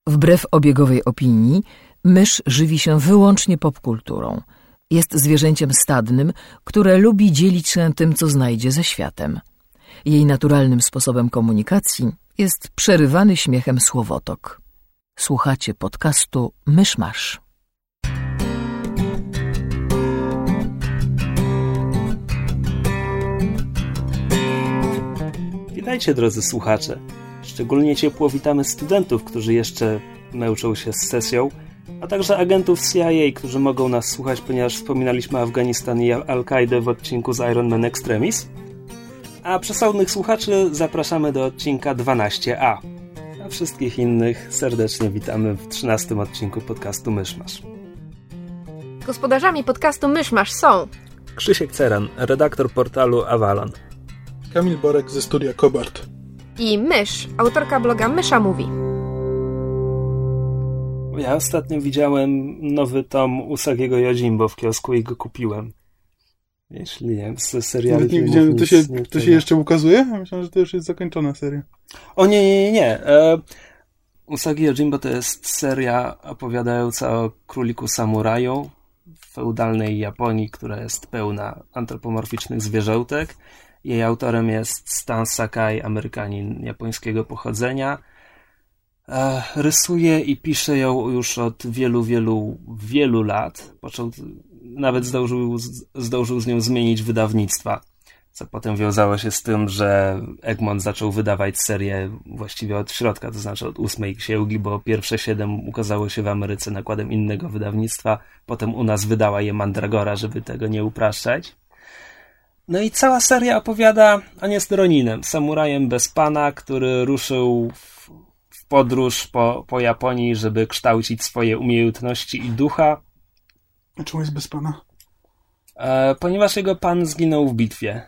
Wbrew obiegowej opinii, mysz żywi się wyłącznie popkulturą. Jest zwierzęciem stadnym, które lubi dzielić się tym, co znajdzie ze światem. Jej naturalnym sposobem komunikacji jest przerywany śmiechem słowotok. Słuchacie podcastu Myszmasz. Witajcie, drodzy słuchacze. Szczególnie ciepło witamy studentów, którzy jeszcze męczą się z sesją, a także agentów CIA, którzy mogą nas słuchać, ponieważ wspominaliśmy Afganistan i Al-Kaidę w odcinku z Iron Man Extremis. A przesądnych słuchaczy zapraszamy do odcinka 12a. A wszystkich innych serdecznie witamy w 13 odcinku podcastu Myszmasz. Gospodarzami podcastu Myszmasz są Krzysiek Ceran, redaktor portalu Avalon. Kamil Borek ze studia Kobart. I Mysz, autorka bloga Mysza Mówi. Ja ostatnio widziałem nowy tom Usagiego Yojimbo w kiosku i go kupiłem. Jeśli nie wiem, z serialu... Nawet nie widziałem, to się jeszcze ukazuje? Ja myślałem, że to już jest zakończona seria. O nie. Usagi Yojimbo to jest seria opowiadająca o króliku samuraju w feudalnej Japonii, która jest pełna antropomorficznych zwierzątek. Jej autorem jest Stan Sakai, Amerykanin japońskiego pochodzenia. Rysuje i pisze ją już od wielu lat. Nawet zdążył z nią zmienić wydawnictwa, co potem wiązało się z tym, że Egmont zaczął wydawać serię właściwie od środka, to znaczy od 8 księgi, bo pierwsze 7 ukazało się w Ameryce nakładem innego wydawnictwa. Potem u nas wydała je Mandragora, żeby tego nie upraszczać. No i cała seria opowiada, on jest Roninem, samurajem bez pana, który ruszył w podróż po Japonii, żeby kształcić swoje umiejętności i ducha. A czemu jest bez pana? Ponieważ jego pan zginął w bitwie.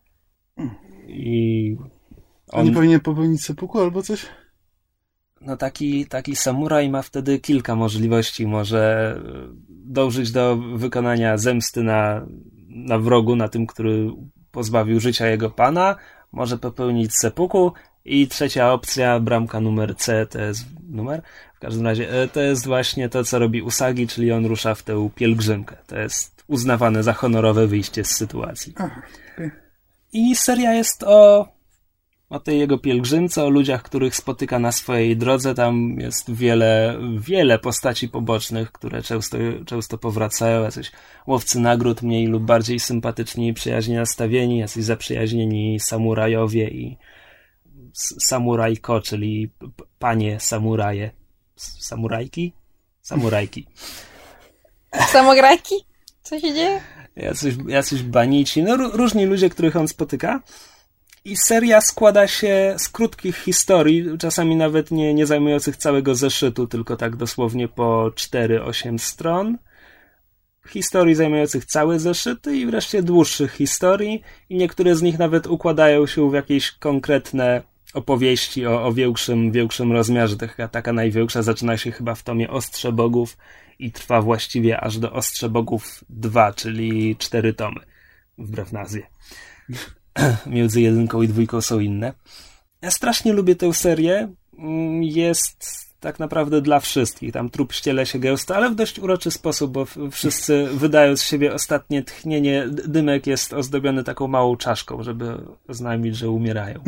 I on nie powinien popełnić seppuku albo coś? No taki samuraj ma wtedy kilka możliwości. Może dążyć do wykonania zemsty na wrogu, na tym, który pozbawił życia jego pana. Może popełnić seppuku. I trzecia opcja, bramka numer C, to jest numer. W każdym razie to jest właśnie to, co robi Usagi, czyli on rusza w tę pielgrzymkę. To jest uznawane za honorowe wyjście z sytuacji. Okay. I seria jest o tej jego pielgrzymce, o ludziach, których spotyka na swojej drodze. Tam jest wiele postaci pobocznych, które często powracają. Jacyś łowcy nagród, mniej lub bardziej sympatyczni i przyjaźnie nastawieni, jacyś zaprzyjaźnieni samurajowie i samurajko, czyli panie samuraje. Samurajki? Samurajki. Samurajki? Co się dzieje? Jacyś banici, no różni ludzie, których on spotyka. I seria składa się z krótkich historii, czasami nawet nie zajmujących całego zeszytu, tylko tak dosłownie po 4-8 stron. Historii zajmujących całe zeszyty i wreszcie dłuższych historii. I niektóre z nich nawet układają się w jakieś konkretne opowieści o większym rozmiarze. Taka największa zaczyna się chyba w tomie Ostrze Bogów i trwa właściwie aż do Ostrze Bogów 2, czyli 4 tomy, wbrew nazwie. Między 1 i 2 są inne. Ja strasznie lubię tę serię. Jest tak naprawdę dla wszystkich. Tam trup ściele się gęsto, ale w dość uroczy sposób, bo wszyscy wydają z siebie ostatnie tchnienie. Dymek jest ozdobiony taką małą czaszką, żeby oznajmić, że umierają.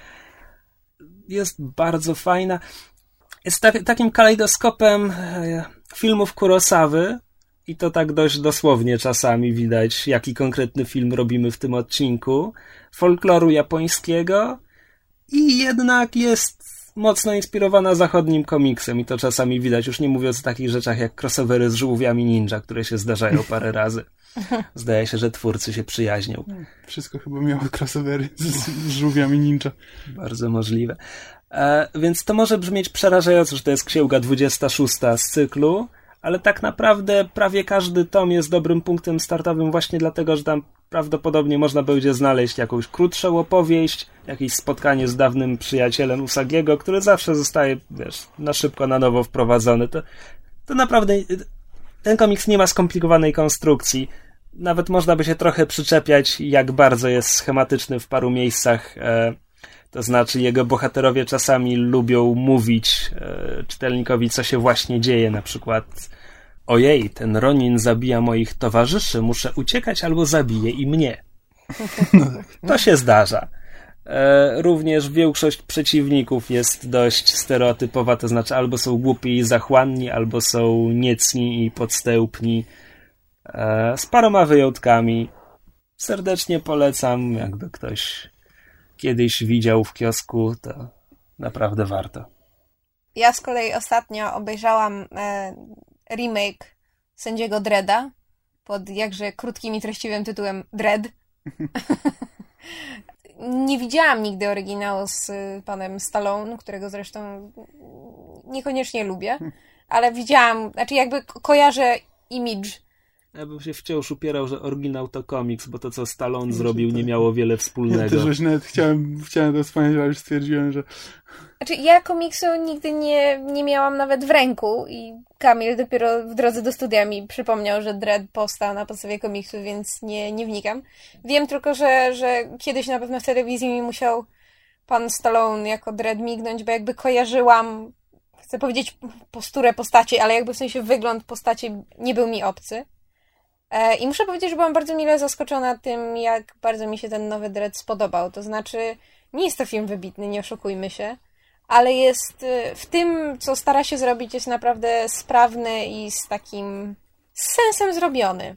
Jest bardzo fajna. Jest takim kalejdoskopem filmów Kurosawy i to tak dość dosłownie czasami widać, jaki konkretny film robimy w tym odcinku. Folkloru japońskiego i jednak jest mocno inspirowana zachodnim komiksem i to czasami widać, już nie mówiąc o takich rzeczach jak crossovery z żółwiami ninja, które się zdarzają parę razy. Zdaje się, że twórcy się przyjaźnią. Wszystko chyba miało crossovery z żółwiami ninja. Bardzo możliwe. Więc to może brzmieć przerażająco, że to jest księga 26 z cyklu, ale tak naprawdę prawie każdy tom jest dobrym punktem startowym właśnie dlatego, że tam prawdopodobnie można będzie znaleźć jakąś krótszą opowieść, jakieś spotkanie z dawnym przyjacielem Usagiego, który zawsze zostaje, na szybko, na nowo wprowadzony. To naprawdę ten komiks nie ma skomplikowanej konstrukcji. Nawet można by się trochę przyczepiać, jak bardzo jest schematyczny w paru miejscach. To znaczy jego bohaterowie czasami lubią mówić czytelnikowi, co się właśnie dzieje. Na przykład: ojej, ten Ronin zabija moich towarzyszy, muszę uciekać albo zabije i mnie. To się zdarza. Również większość przeciwników jest dość stereotypowa, to znaczy albo są głupi i zachłanni, albo są niecni i podstępni. Z paroma wyjątkami. Serdecznie polecam, jakby ktoś kiedyś widział w kiosku, to naprawdę warto. Ja z kolei ostatnio obejrzałam remake Sędziego Dredda pod jakże krótkim i treściwym tytułem Dredd. Nie widziałam nigdy oryginału z panem Stallone, którego zresztą niekoniecznie lubię, ale widziałam, znaczy jakby kojarzę image. Ja bym się wciąż upierał, że oryginał to komiks, bo to, co Stallone zrobił, nie miało wiele wspólnego. Ja też właśnie nawet chciałem to wspomnieć, ale już stwierdziłem, że... Znaczy, ja komiksu nigdy nie miałam nawet w ręku i Kamil dopiero w drodze do studia mi przypomniał, że Dredd powstał na podstawie komiksu, więc nie wnikam. Wiem tylko, że kiedyś na pewno w telewizji mi musiał pan Stallone jako Dredd mignąć, bo jakby kojarzyłam, chcę powiedzieć posturę postaci, ale jakby w sensie wygląd postaci nie był mi obcy. I muszę powiedzieć, że byłam bardzo mile zaskoczona tym, jak bardzo mi się ten nowy Dredd spodobał. To znaczy, nie jest to film wybitny, nie oszukujmy się, ale jest w tym, co stara się zrobić, jest naprawdę sprawny i z takim sensem zrobiony.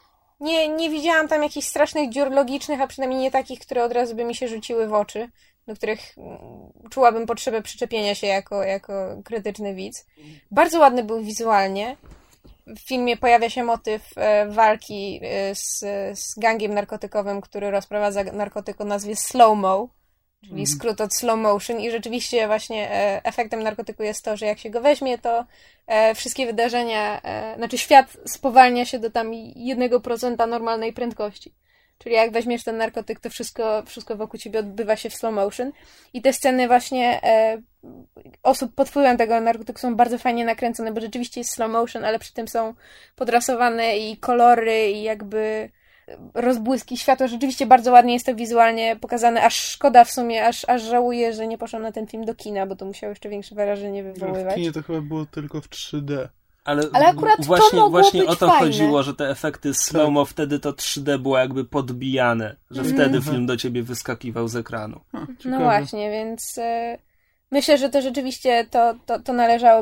Nie widziałam tam jakichś strasznych dziur logicznych, a przynajmniej nie takich, które od razu by mi się rzuciły w oczy, do których czułabym potrzebę przyczepienia się jako krytyczny widz. Bardzo ładny był wizualnie. W filmie pojawia się motyw walki z gangiem narkotykowym, który rozprowadza narkotyk o nazwie slow-mo, czyli skrót od slow motion, i rzeczywiście właśnie efektem narkotyku jest to, że jak się go weźmie, to wszystkie wydarzenia, znaczy świat spowalnia się do tam 1% normalnej prędkości. Czyli jak weźmiesz ten narkotyk, to wszystko wokół ciebie odbywa się w slow motion. I te sceny właśnie osób pod wpływem tego narkotyku są bardzo fajnie nakręcone, bo rzeczywiście jest slow motion, ale przy tym są podrasowane i kolory, i jakby rozbłyski światła. Rzeczywiście bardzo ładnie jest to wizualnie pokazane, aż szkoda w sumie, aż żałuję, że nie poszłam na ten film do kina, bo to musiało jeszcze większe wrażenie wywoływać. W kinie to chyba było tylko w 3D. Ale akurat właśnie być o to fajne. chodziło, że te efekty slow-mo, wtedy to 3D było jakby podbijane, że wtedy film do ciebie wyskakiwał z ekranu. No właśnie, więc myślę, że to rzeczywiście to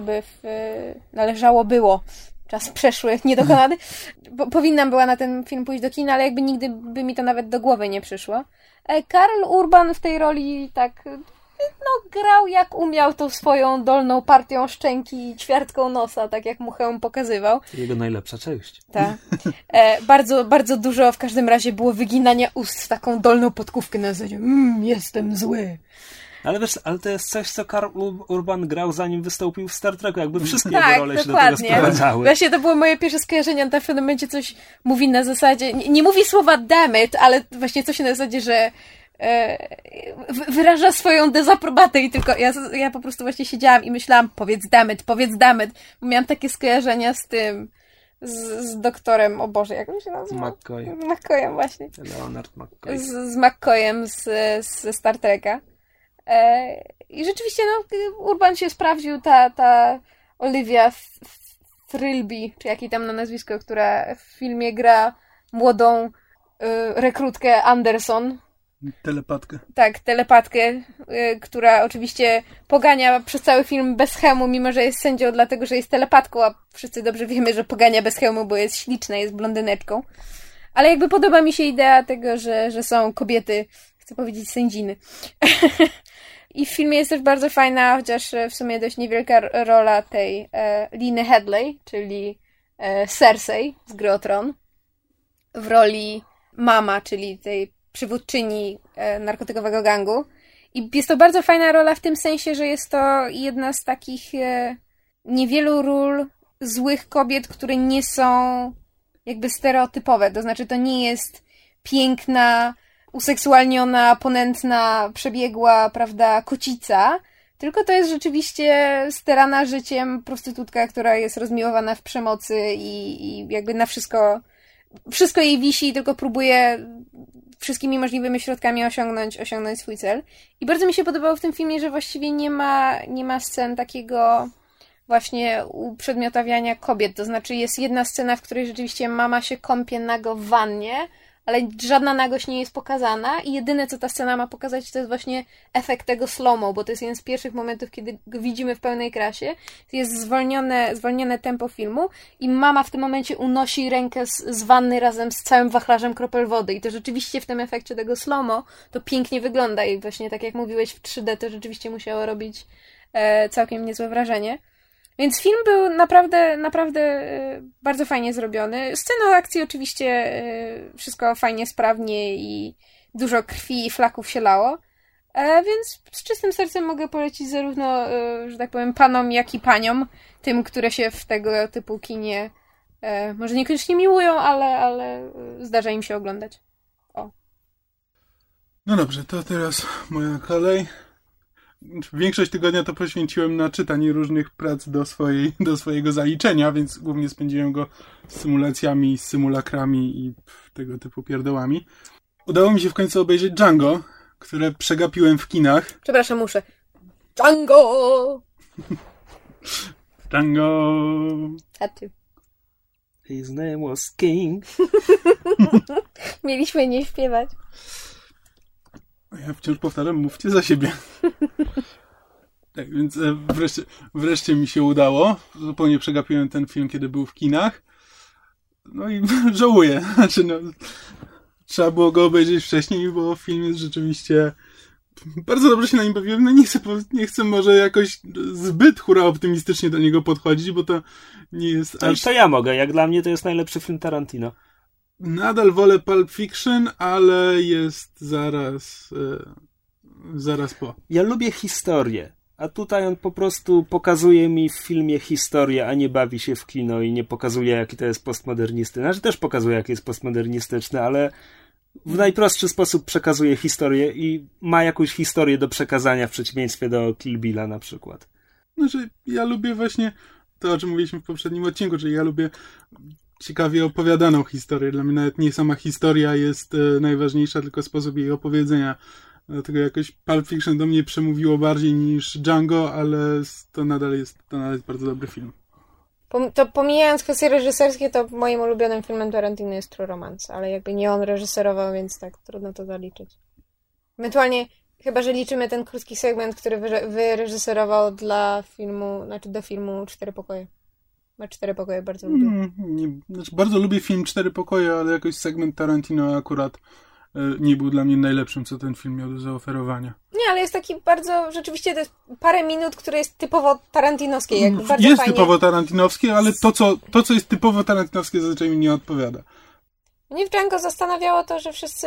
należało było. Czas przeszły, niedokonany. Powinnam była na ten film pójść do kina, ale jakby nigdy by mi to nawet do głowy nie przyszło. Karl Urban w tej roli tak grał jak umiał, tą swoją dolną partią szczęki i ćwiartką nosa, tak jak mu hełm pokazywał. Jego najlepsza część. Tak. Bardzo, bardzo dużo w każdym razie było wyginania ust w taką dolną podkówkę na zasadzie jestem zły. Ale wiesz, to jest coś, co Karl Urban grał, zanim wystąpił w Star Treku. Jakby wszystkie tak, jego role się do tego sprowadzały. Właśnie to było moje pierwsze skojarzenie. On tam w pewnym momencie coś mówi na zasadzie, nie mówi słowa damn it, ale właśnie coś na zasadzie, że wyraża swoją dezaprobatę i tylko ja po prostu właśnie siedziałam i myślałam, powiedz damn it, bo miałam takie skojarzenia z tym, z doktorem, o Boże, jak on się nazywa? McCoyem właśnie. Leonard McCoy. Z McCoyem ze Star Treka. I rzeczywiście, Urban się sprawdził, ta Olivia Thirlby, czy jakiej tam na nazwisko, która w filmie gra młodą rekrutkę Anderson. Telepatkę. Tak, telepatkę, która oczywiście pogania przez cały film bez hełmu, mimo że jest sędzią, dlatego że jest telepatką, a wszyscy dobrze wiemy, że pogania bez hełmu, bo jest śliczna, jest blondyneczką. Ale jakby podoba mi się idea tego, że są kobiety, chcę powiedzieć sędziny. I w filmie jest też bardzo fajna, chociaż w sumie dość niewielka rola tej Liny Headley, czyli Cersei z Gry o Tron, w roli mama, czyli tej przywódczyni narkotykowego gangu. I jest to bardzo fajna rola w tym sensie, że jest to jedna z takich niewielu ról złych kobiet, które nie są jakby stereotypowe. To znaczy, to nie jest piękna, useksualniona, ponętna, przebiegła, prawda, kocica, tylko to jest rzeczywiście sterana życiem prostytutka, która jest rozmiłowana w przemocy i jakby na wszystko wszystko jej wisi i tylko próbuje wszystkimi możliwymi środkami osiągnąć swój cel. I bardzo mi się podobało w tym filmie, że właściwie nie ma scen takiego właśnie uprzedmiotawiania kobiet. To znaczy jest jedna scena, w której rzeczywiście mama się kąpie nago w wannie, ale żadna nagość nie jest pokazana i jedyne, co ta scena ma pokazać, to jest właśnie efekt tego slow-mo, bo to jest jeden z pierwszych momentów, kiedy go widzimy w pełnej krasie. Jest zwolnione tempo filmu i mama w tym momencie unosi rękę z wanny razem z całym wachlarzem kropel wody i to rzeczywiście w tym efekcie tego slow-mo to pięknie wygląda i właśnie tak jak mówiłeś w 3D, to rzeczywiście musiało robić całkiem niezłe wrażenie. Więc film był naprawdę bardzo fajnie zrobiony. Scena akcji oczywiście wszystko fajnie, sprawnie i dużo krwi i flaków się lało. Więc z czystym sercem mogę polecić zarówno, że tak powiem, panom, jak i paniom, tym, które się w tego typu kinie może niekoniecznie miłują, ale zdarza im się oglądać. O. No dobrze, to teraz moja kolej. Większość tygodnia to poświęciłem na czytanie różnych prac do swojego zaliczenia, więc głównie spędziłem go z symulacjami, z symulakrami i tego typu pierdołami. Udało mi się w końcu obejrzeć Django, które przegapiłem w kinach. Przepraszam, muszę. Django! Django! Had to. His name was King. Mieliśmy nie śpiewać. Ja wciąż powtarzam, mówcie za siebie. Tak, więc wreszcie mi się udało. Zupełnie przegapiłem ten film, kiedy był w kinach. No i żałuję. Znaczy, trzeba było go obejrzeć wcześniej, bo film jest rzeczywiście... Bardzo dobrze się na nim bawiłem. No nie chcę może jakoś zbyt hura optymistycznie do niego podchodzić, bo to nie jest aż... To ja mogę. Jak dla mnie to jest najlepszy film Tarantino. Nadal wolę Pulp Fiction, ale jest zaraz po. Ja lubię historię, a tutaj on po prostu pokazuje mi w filmie historię, a nie bawi się w kino i nie pokazuje, jaki to jest postmodernistyczny. Znaczy też pokazuje, jaki jest postmodernistyczny, ale w najprostszy sposób przekazuje historię i ma jakąś historię do przekazania w przeciwieństwie do Kill Billa na przykład. Znaczy, ja lubię właśnie to, o czym mówiliśmy w poprzednim odcinku, czyli ja lubię ciekawie opowiadaną historię. Dla mnie nawet nie sama historia jest najważniejsza, tylko sposób jej opowiedzenia. Dlatego jakoś Pulp Fiction do mnie przemówiło bardziej niż Django, ale to nadal jest bardzo dobry film. To pomijając kwestie reżyserskie, to moim ulubionym filmem Tarantino jest True Romance, ale jakby nie on reżyserował, więc tak trudno to zaliczyć. Ewentualnie, chyba że liczymy ten krótki segment, który wyreżyserował dla filmu, znaczy do filmu 4 pokoje. Ma 4 pokoje, bardzo lubię. Znaczy, bardzo lubię film 4 pokoje, ale jakoś segment Tarantino akurat nie był dla mnie najlepszym, co ten film miał do zaoferowania. Nie, ale jest taki bardzo, rzeczywiście to jest parę minut, które jest typowo tarantinowskie. Jakby bardzo jest fajnie. Typowo tarantinowskie, ale to, co jest typowo tarantinowskie, zazwyczaj mi nie odpowiada. Mnie w Django zastanawiało to, że wszyscy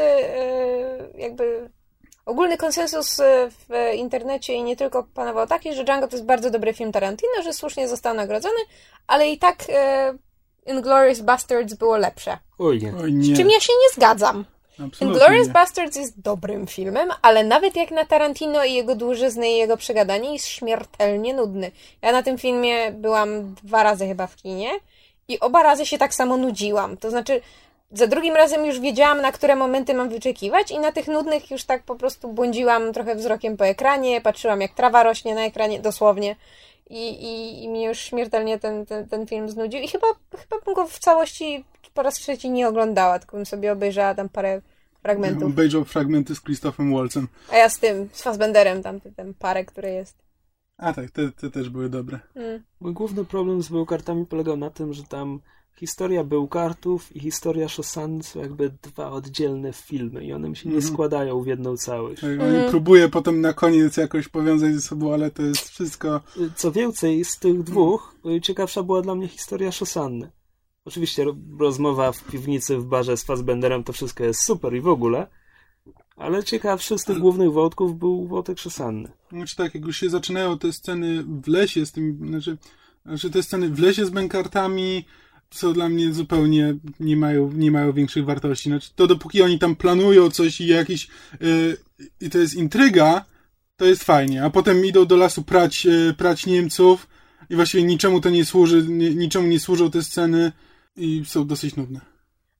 jakby ogólny konsensus w internecie i nie tylko panował taki, że Django to jest bardzo dobry film Tarantino, że słusznie został nagrodzony, ale i tak Inglourious Basterds było lepsze. Oj nie. Z czym ja się nie zgadzam. Inglourious Basterds jest dobrym filmem, ale nawet jak na Tarantino i jego dłużyznę i jego przegadanie jest śmiertelnie nudny. Ja na tym filmie byłam 2 razy chyba w kinie i oba razy się tak samo nudziłam. To znaczy za drugim razem już wiedziałam, na które momenty mam wyczekiwać i na tych nudnych już tak po prostu błądziłam trochę wzrokiem po ekranie, patrzyłam jak trawa rośnie na ekranie, dosłownie. I mnie już śmiertelnie ten film znudził. I chyba bym go w całości po raz trzeci nie oglądała, tylko bym sobie obejrzała tam parę fragmentów. Obejrzał fragmenty z Christophem Waltzem. A ja z Fassbenderem, tam ten parę, który jest. A tak, te też były dobre. Mój główny problem z Bełkartami polegał na tym, że tam historia Bełkartów i historia Szosany są jakby 2 oddzielne filmy i one mi się nie składają w jedną całość. Tak, próbuję potem na koniec jakoś powiązać ze sobą, ale to jest wszystko... Co więcej, z tych 2 ciekawsza była dla mnie historia Szosanny. Oczywiście rozmowa w piwnicy w barze z Fassbenderem to wszystko jest super i w ogóle, ale ciekawszy z tych głównych wątków był wątek Szosanny. Znaczy tak, jak już się zaczynają te sceny w lesie z tym, znaczy te sceny w lesie z Bękartami są dla mnie zupełnie nie mają większych wartości. Znaczy to dopóki oni tam planują coś i jakiś i to jest intryga, to jest fajnie, a potem idą do lasu prać Niemców i właściwie niczemu to nie służy, niczemu nie służą te sceny i są dosyć nudne.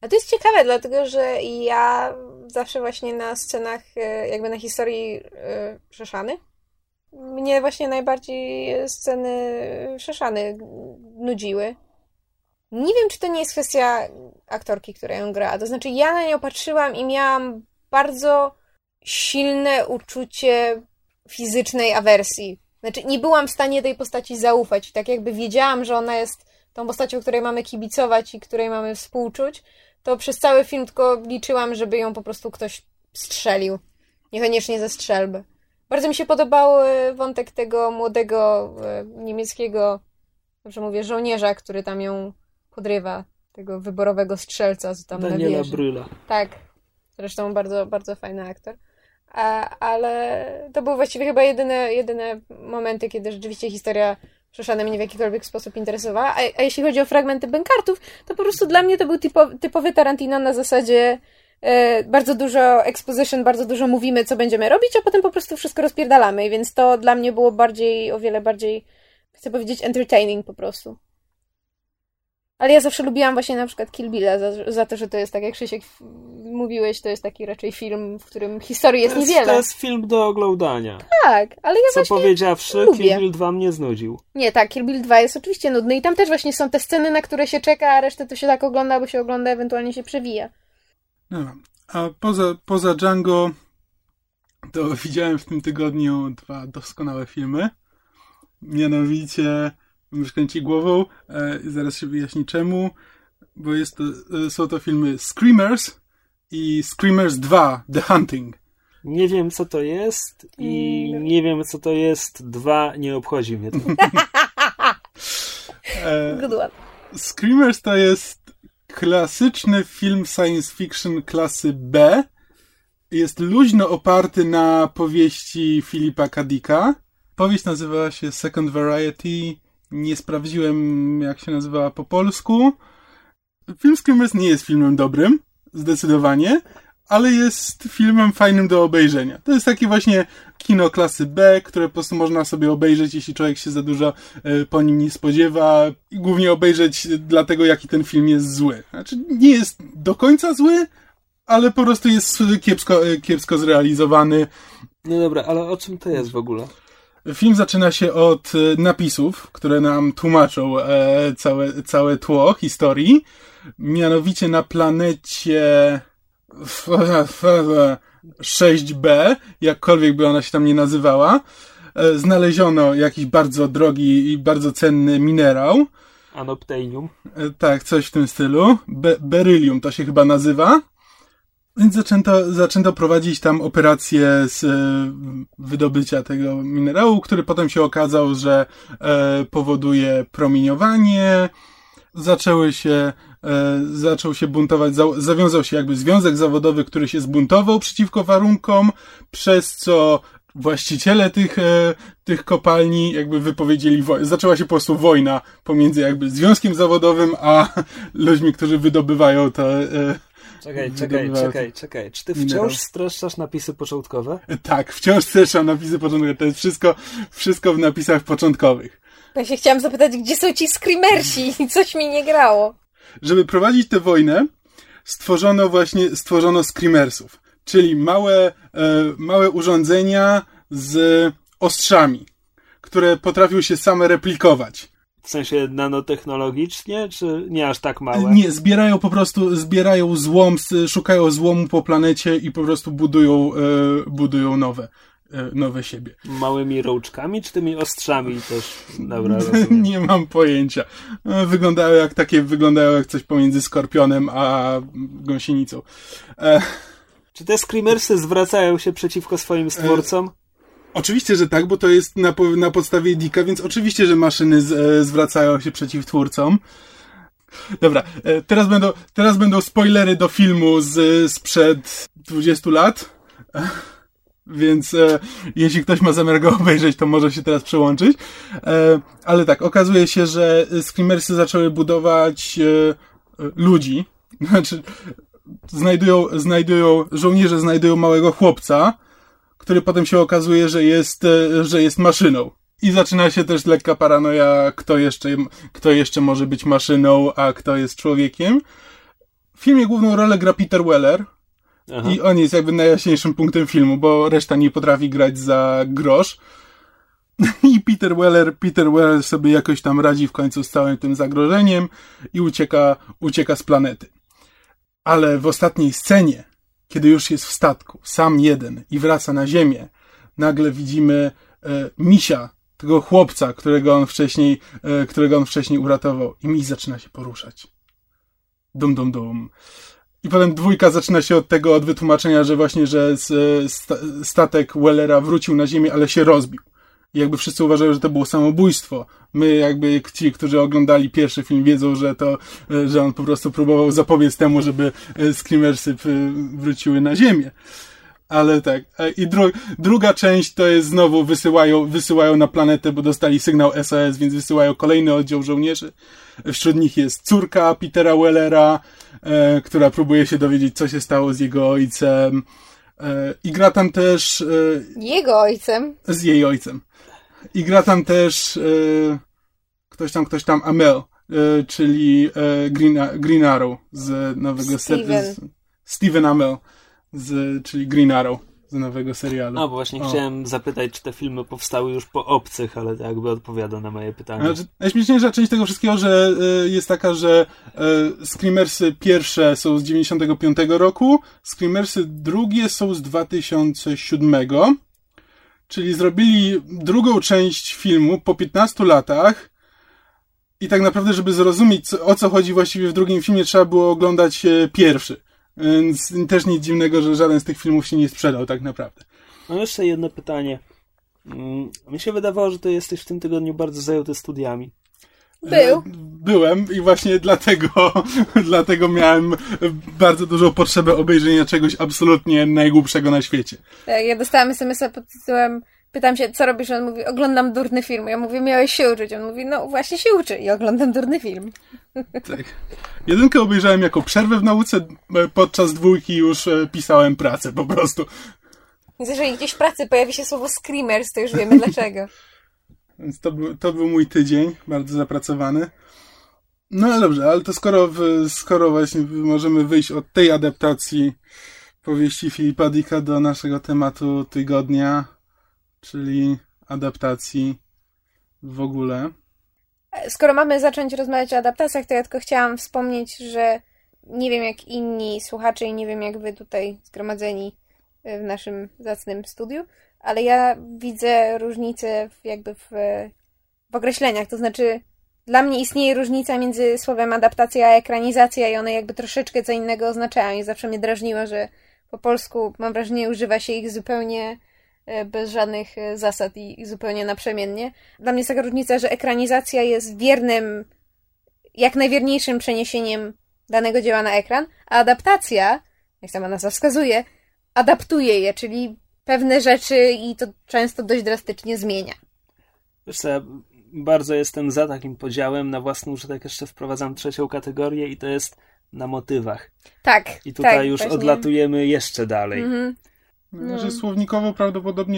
A to jest ciekawe, dlatego że ja zawsze właśnie na scenach, jakby na historii Szeszany, mnie właśnie najbardziej sceny Szeszany nudziły. Nie wiem, czy to nie jest kwestia aktorki, która ją grała. To znaczy, ja na nią patrzyłam i miałam bardzo silne uczucie fizycznej awersji. Znaczy, nie byłam w stanie tej postaci zaufać. Tak jakby wiedziałam, że ona jest tą postacią, której mamy kibicować i której mamy współczuć, to przez cały film tylko liczyłam, żeby ją po prostu ktoś strzelił. Niekoniecznie ze strzelby. Bardzo mi się podobał wątek tego młodego niemieckiego, dobrze mówię, żołnierza, który tam ją podrywa, tego wyborowego strzelca, co tam Daniela na wieży. Brühla. Tak. Zresztą bardzo, bardzo fajny aktor. Ale to były właściwie chyba jedyne momenty, kiedy rzeczywiście historia Szeszany mnie w jakikolwiek sposób interesowała. A jeśli chodzi o fragmenty bękartów, to po prostu dla mnie to był typowy Tarantino na zasadzie bardzo dużo exposition, bardzo dużo mówimy, co będziemy robić, a potem po prostu wszystko rozpierdalamy. Więc to dla mnie było o wiele bardziej, chcę powiedzieć, entertaining po prostu. Ale ja zawsze lubiłam właśnie na przykład Kill Billa za to, że to jest, tak jak Krzysiek mówiłeś, to jest taki raczej film, w którym historii jest niewiele. To jest film do oglądania. Tak, ale ja Co właśnie powiedziawszy, lubię. Kill Bill 2 mnie znudził. Nie, tak, Kill Bill 2 jest oczywiście nudny i tam też właśnie są te sceny, na które się czeka, a resztę to się tak ogląda, bo się ogląda, ewentualnie się przewija. No, a poza Django to widziałem w tym tygodniu 2 doskonałe filmy. Mianowicie już kręci głową, zaraz się wyjaśni czemu, bo są to filmy Screamers i Screamers 2 The Hunting. Nie wiem, co to jest i nie wiem, co to jest 2, nie obchodzi mnie to. Good one. Screamers to jest klasyczny film science fiction klasy B. Jest luźno oparty na powieści Philipa K. Dicka. Powieść nazywała się Second Variety. Nie sprawdziłem, jak się nazywała po polsku. Film Screamers nie jest filmem dobrym, zdecydowanie, ale jest filmem fajnym do obejrzenia. To jest takie właśnie kino klasy B, które po prostu można sobie obejrzeć, jeśli człowiek się za dużo po nim nie spodziewa i głównie obejrzeć dlatego, jaki ten film jest zły. Znaczy, nie jest do końca zły, ale po prostu jest kiepsko zrealizowany. No dobra, ale o czym to jest w ogóle? Film zaczyna się od napisów, które nam tłumaczą całe tło historii. Mianowicie na planecie 6B, jakkolwiek by ona się tam nie nazywała, znaleziono jakiś bardzo drogi i bardzo cenny minerał. Anoptenium. Tak, coś w tym stylu. Berylium to się chyba nazywa. Więc zaczęto prowadzić tam operację z wydobycia tego minerału, który potem się okazał, że powoduje promieniowanie. Zaczął się buntować, zawiązał się jakby związek zawodowy, który się zbuntował przeciwko warunkom, przez co właściciele tych kopalni jakby wypowiedzieli wojnę. Zaczęła się po prostu wojna pomiędzy jakby związkiem zawodowym, a ludźmi, którzy wydobywają te... Czekaj. Czy ty wciąż streszczasz napisy początkowe? Tak, wciąż streszczam napisy początkowe. To jest wszystko w napisach początkowych. Ja się chciałam zapytać, gdzie są ci screamersi i coś mi nie grało. Żeby prowadzić tę wojnę, stworzono screamersów, czyli małe urządzenia z ostrzami, które potrafią się same replikować. W sensie nanotechnologicznie, czy nie aż tak małe? Nie, zbierają złom, szukają złomu po planecie i po prostu budują nowe siebie. Małymi rączkami, czy tymi ostrzami też? Dobra, rozumiem. Nie mam pojęcia. Wyglądają jak coś pomiędzy skorpionem a gąsienicą. Czy te screamersy zwracają się przeciwko swoim stwórcom? Oczywiście, że tak, bo to jest na podstawie Dicka, więc oczywiście, że maszyny zwracają się przeciw twórcom. Dobra, teraz będą spoilery do filmu sprzed 20 lat. Więc jeśli ktoś ma zamiar go obejrzeć, to może się teraz przełączyć. Ale tak, okazuje się, że screamersy zaczęły budować ludzi. Znaczy, żołnierze znajdują małego chłopca, który potem się okazuje, że jest maszyną. I zaczyna się też lekka paranoja, kto jeszcze może być maszyną, a kto jest człowiekiem. W filmie główną rolę gra Peter Weller. Aha. I on jest jakby najjaśniejszym punktem filmu, bo reszta nie potrafi grać za grosz. I Peter Weller sobie jakoś tam radzi w końcu z całym tym zagrożeniem i ucieka z planety. Ale w ostatniej scenie, kiedy już jest w statku, sam jeden i wraca na Ziemię, nagle widzimy misia, tego chłopca, którego on wcześniej uratował. I miś zaczyna się poruszać. Dum, dum, dum. I potem dwójka zaczyna się od wytłumaczenia, że właśnie, że statek Wellera wrócił na Ziemię, ale się rozbił. I jakby wszyscy uważają, że to było samobójstwo. My jakby ci, którzy oglądali pierwszy film, wiedzą, że on po prostu próbował zapobiec temu, żeby Screamersy wróciły na Ziemię. Ale tak. I druga część to jest znowu wysyłają na planetę, bo dostali sygnał SOS, więc wysyłają kolejny oddział żołnierzy. Wśród nich jest córka Petera Wellera, która próbuje się dowiedzieć, co się stało z jego ojcem. I gra tam też... Jego ojcem? Z jej ojcem. I gra tam też ktoś tam Amell, czyli Green Arrow z nowego Steven Amell, czyli Green Arrow z nowego serialu. No, bo właśnie chciałem zapytać, czy te filmy powstały już po Obcych, ale to jakby odpowiada na moje pytanie. Najśmieszniejsza część tego wszystkiego, że jest taka, że Screamersy pierwsze są z 95 roku, Screamersy drugie są z 2007, czyli zrobili drugą część filmu po 15 latach i tak naprawdę, żeby zrozumieć, o co chodzi właściwie w drugim filmie, trzeba było oglądać pierwszy. Więc też nic dziwnego, że żaden z tych filmów się nie sprzedał tak naprawdę. Mam jeszcze jedno pytanie. Mi się wydawało, że ty jesteś w tym tygodniu bardzo zajęty studiami. Byłem i właśnie dlatego miałem bardzo dużą potrzebę obejrzenia czegoś absolutnie najgłupszego na świecie. Tak, ja dostałam SMS-a pod tytułem pytam się, co robisz? On mówi, oglądam durny film. Ja mówię, miałeś się uczyć. On mówi, no właśnie się uczy i oglądam durny film. Tak. Jedynkę obejrzałem jako przerwę w nauce, podczas dwójki już pisałem pracę po prostu. Więc jeżeli gdzieś w pracy pojawi się słowo Screamers, to już wiemy dlaczego. Więc to był mój tydzień, bardzo zapracowany. No ale dobrze, ale to skoro właśnie możemy wyjść od tej adaptacji powieści Philipa Dicka do naszego tematu tygodnia, czyli adaptacji w ogóle. Skoro mamy zacząć rozmawiać o adaptacjach, to ja tylko chciałam wspomnieć, że nie wiem jak inni słuchacze i nie wiem jak wy tutaj zgromadzeni w naszym zacnym studiu, ale ja widzę różnicę w określeniach, to znaczy dla mnie istnieje różnica między słowem adaptacja a ekranizacja i one jakby troszeczkę co innego oznaczają i zawsze mnie drażniło, że po polsku mam wrażenie używa się ich zupełnie bez żadnych zasad i zupełnie naprzemiennie. Dla mnie jest taka różnica, że ekranizacja jest wiernym, jak najwierniejszym przeniesieniem danego dzieła na ekran, a adaptacja, jak sama nazwa wskazuje, adaptuje je, czyli pewne rzeczy i to często dość drastycznie zmienia. Wiesz co, ja bardzo jestem za takim podziałem. Na własny użytek jeszcze wprowadzam trzecią kategorię i to jest na motywach. Tak. I tutaj tak, już właśnie. odlatujemy jeszcze dalej. Mhm. Że słownikowo prawdopodobnie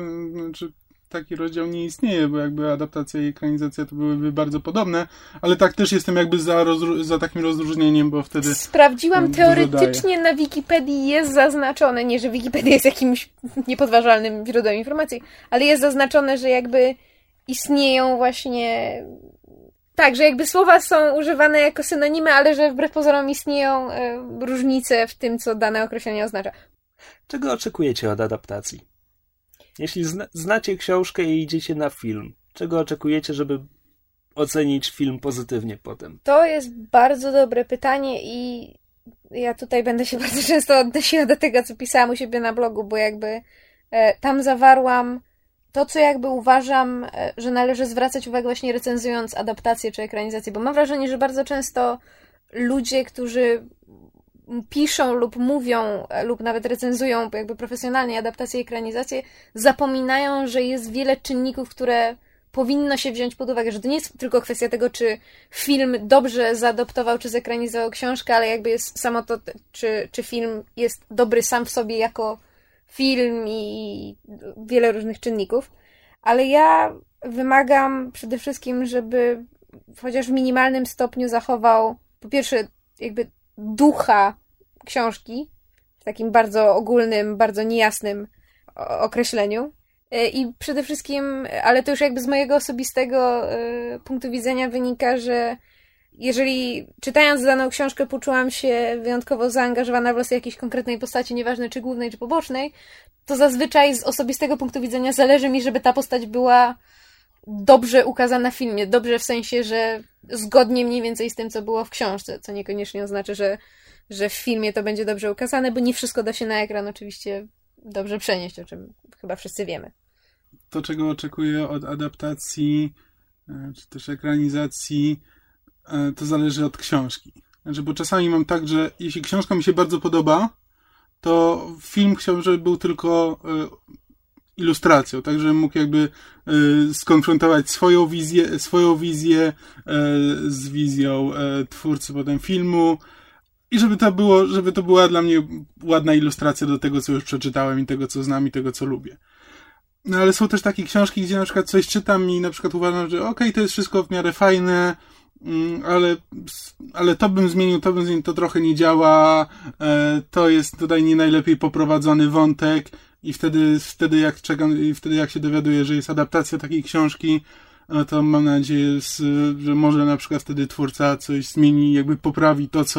taki rozdział nie istnieje, bo jakby adaptacja i ekranizacja to byłyby bardzo podobne, ale tak też jestem jakby za takim rozróżnieniem, bo wtedy sprawdziłam teoretycznie na Wikipedii jest zaznaczone, nie, że Wikipedia jest jakimś niepodważalnym źródłem informacji, ale jest zaznaczone, że jakby istnieją właśnie tak, że jakby słowa są używane jako synonimy, ale że wbrew pozorom istnieją różnice w tym, co dane określenie oznacza. Czego oczekujecie od adaptacji? Jeśli znacie książkę i idziecie na film, czego oczekujecie, żeby ocenić film pozytywnie potem? To jest bardzo dobre pytanie i ja tutaj będę się bardzo często odnosiła do tego, co pisałam u siebie na blogu, bo jakby tam zawarłam to, co jakby uważam, że należy zwracać uwagę właśnie recenzując adaptację czy ekranizację, bo mam wrażenie, że bardzo często ludzie, którzy piszą lub mówią, lub nawet recenzują jakby profesjonalnie adaptacje i ekranizacje, zapominają, że jest wiele czynników, które powinno się wziąć pod uwagę, że to nie jest tylko kwestia tego, czy film dobrze zaadoptował, czy zekranizował książkę, ale jakby jest samo to, czy film jest dobry sam w sobie jako film i wiele różnych czynników. Ale ja wymagam przede wszystkim, żeby chociaż w minimalnym stopniu zachował po pierwsze jakby ducha książki w takim bardzo ogólnym, bardzo niejasnym określeniu. I przede wszystkim, ale to już jakby z mojego osobistego punktu widzenia wynika, że jeżeli czytając daną książkę poczułam się wyjątkowo zaangażowana w losy jakiejś konkretnej postaci, nieważne czy głównej, czy pobocznej, to zazwyczaj z osobistego punktu widzenia zależy mi, żeby ta postać była dobrze ukazana w filmie. Dobrze w sensie, że zgodnie mniej więcej z tym, co było w książce, co niekoniecznie oznacza, że w filmie to będzie dobrze ukazane, bo nie wszystko da się na ekran oczywiście dobrze przenieść, o czym chyba wszyscy wiemy. To, czego oczekuję od adaptacji, czy też ekranizacji, to zależy od książki. Znaczy, bo czasami mam tak, że jeśli książka mi się bardzo podoba, to film chciałbym, żeby był tylko ilustracją, tak, żebym mógł jakby skonfrontować swoją wizję z wizją twórcy potem filmu i żeby to była dla mnie ładna ilustracja do tego, co już przeczytałem i tego, co znam i tego, co lubię. No ale są też takie książki, gdzie na przykład coś czytam i na przykład uważam, że okej, to jest wszystko w miarę fajne, ale to bym zmienił, to trochę nie działa, to jest tutaj nie najlepiej poprowadzony wątek i wtedy jak się dowiaduję, że jest adaptacja takiej książki, no to mam nadzieję, że może na przykład wtedy twórca coś zmieni, jakby poprawi to,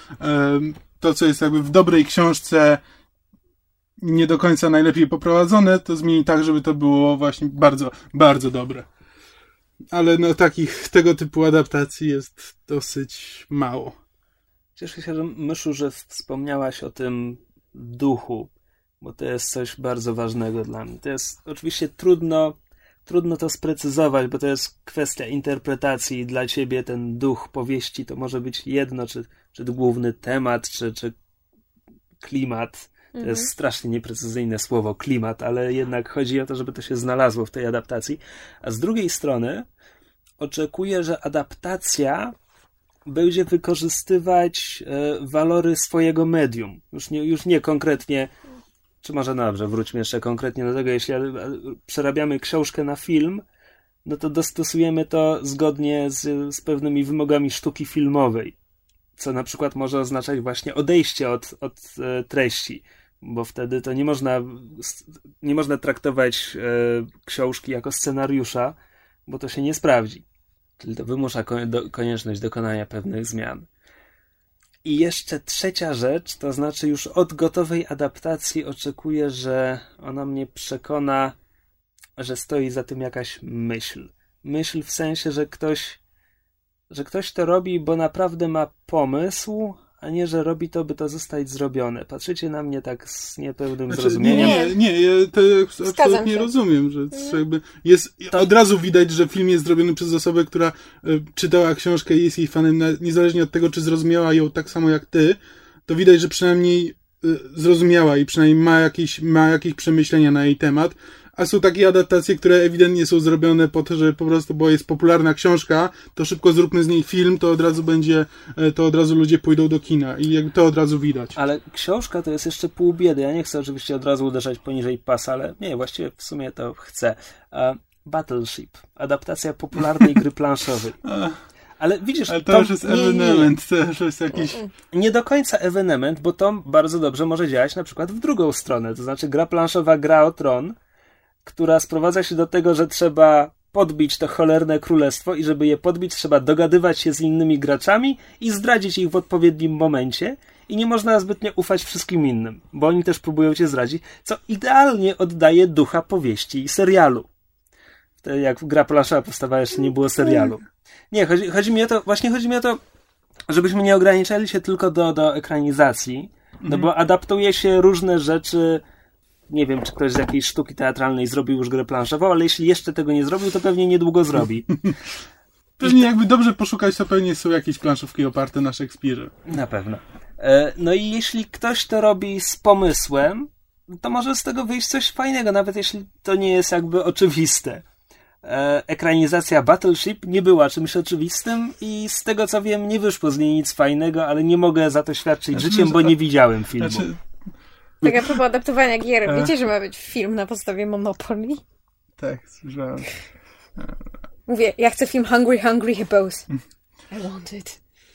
co jest jakby w dobrej książce nie do końca najlepiej poprowadzone, to zmieni tak, żeby to było właśnie bardzo, bardzo dobre. Ale no tego typu adaptacji jest dosyć mało. Cieszę się, Myszu, że wspomniałaś o tym duchu, bo to jest coś bardzo ważnego dla mnie. To jest oczywiście trudno to sprecyzować, bo to jest kwestia interpretacji. Dla ciebie ten duch powieści to może być jedno, czy główny temat, czy klimat. To jest strasznie nieprecyzyjne słowo, klimat, ale jednak chodzi o to, żeby to się znalazło w tej adaptacji. A z drugiej strony oczekuję, że adaptacja będzie wykorzystywać walory swojego medium. Już nie konkretnie, czy może dobrze, wróćmy jeszcze konkretnie do tego, jeśli przerabiamy książkę na film, no to dostosujemy to zgodnie z pewnymi wymogami sztuki filmowej, co na przykład może oznaczać właśnie odejście od treści, bo wtedy to nie można traktować książki jako scenariusza, bo to się nie sprawdzi. Czyli to wymusza konieczność dokonania pewnych zmian. I jeszcze trzecia rzecz, to znaczy już od gotowej adaptacji oczekuję, że ona mnie przekona, że stoi za tym jakaś myśl. Myśl w sensie, że ktoś to robi, bo naprawdę ma pomysł, a nie, że robi to, by to zostać zrobione. Patrzycie na mnie tak z niepełnym zrozumieniem. Ja to absolutnie rozumiem, że jakby od razu widać, że film jest zrobiony przez osobę, która czytała książkę i jest jej fanem, niezależnie od tego, czy zrozumiała ją tak samo jak ty, to widać, że przynajmniej zrozumiała i przynajmniej ma jakieś przemyślenia na jej temat. A są takie adaptacje, które ewidentnie są zrobione po to, że po prostu, bo jest popularna książka, to szybko zróbmy z niej film, to od razu ludzie pójdą do kina i jakby to od razu widać. Ale książka to jest jeszcze pół biedy. Ja nie chcę oczywiście od razu uderzać poniżej pasa, ale nie, właściwie w sumie to chcę. Battleship. Adaptacja popularnej gry planszowej. Ale widzisz, ale to już jest ewenement, to już jest jakiś... Nie do końca ewenement, bo to bardzo dobrze może działać na przykład w drugą stronę. To znaczy gra planszowa Gra o Tron, która sprowadza się do tego, że trzeba podbić to cholerne królestwo i żeby je podbić, trzeba dogadywać się z innymi graczami i zdradzić ich w odpowiednim momencie i nie można zbytnio ufać wszystkim innym, bo oni też próbują cię zdradzić, co idealnie oddaje ducha powieści i serialu. Wtedy jak gra planszowa powstawała, jeszcze nie było serialu. Nie, chodzi mi o to, żebyśmy nie ograniczali się tylko do ekranizacji, no bo adaptuje się różne rzeczy. Nie wiem, czy ktoś z jakiejś sztuki teatralnej zrobił już grę planszową, ale jeśli jeszcze tego nie zrobił, to pewnie niedługo zrobi. Pewnie jakby dobrze poszukać, to pewnie są jakieś planszówki oparte na Szekspirze. Na pewno. No i jeśli ktoś to robi z pomysłem, to może z tego wyjść coś fajnego, nawet jeśli to nie jest jakby oczywiste. Ekranizacja Battleship nie była czymś oczywistym i z tego co wiem, nie wyszło z niej nic fajnego, ale nie mogę za to świadczyć życiem, bo nie widziałem filmu. Tak a propos adaptowania gier, wiecie, że ma być film na podstawie Monopoly? Tak, słyszałem. Mówię, ja chcę film Hungry Hippos. I want it.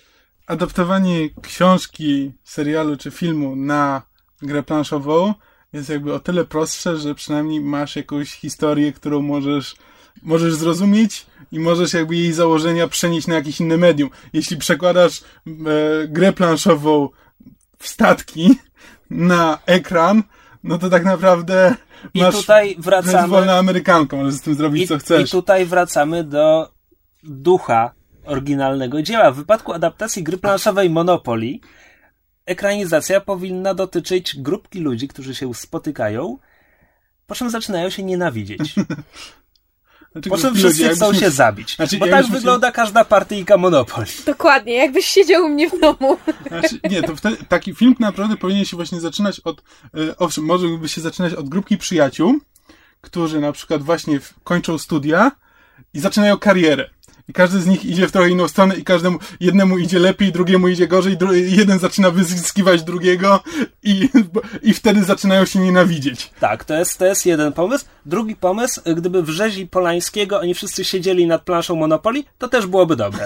adaptowanie książki, serialu czy filmu na grę planszową jest jakby o tyle prostsze, że przynajmniej masz jakąś historię, którą możesz zrozumieć i możesz jakby jej założenia przenieść na jakieś inne medium. Jeśli przekładasz grę planszową w statki na ekran, no to tak naprawdę masz tutaj wracamy, wolną Amerykanką, możesz z tym zrobić co chcesz. I tutaj wracamy do ducha oryginalnego dzieła. W wypadku adaptacji gry planszowej Monopoly ekranizacja powinna dotyczyć grupki ludzi, którzy się spotykają, po czym zaczynają się nienawidzieć. Po czym wszyscy chcą się zabić. Bo tak wygląda każda partyjka Monopoly. Dokładnie, jakbyś siedział u mnie w domu. Nie, to wtedy taki film naprawdę powinien się właśnie zaczynać od... Owszem, może by się zaczynać od grupki przyjaciół, którzy na przykład właśnie kończą studia i zaczynają karierę. I każdy z nich idzie w trochę inną stronę i jednemu idzie lepiej, drugiemu idzie gorzej, jeden zaczyna wyzyskiwać drugiego i wtedy zaczynają się nienawidzieć. Tak, to jest jeden pomysł. Drugi pomysł, gdyby w Rzezi Polańskiego oni wszyscy siedzieli nad planszą Monopoly, to też byłoby dobre.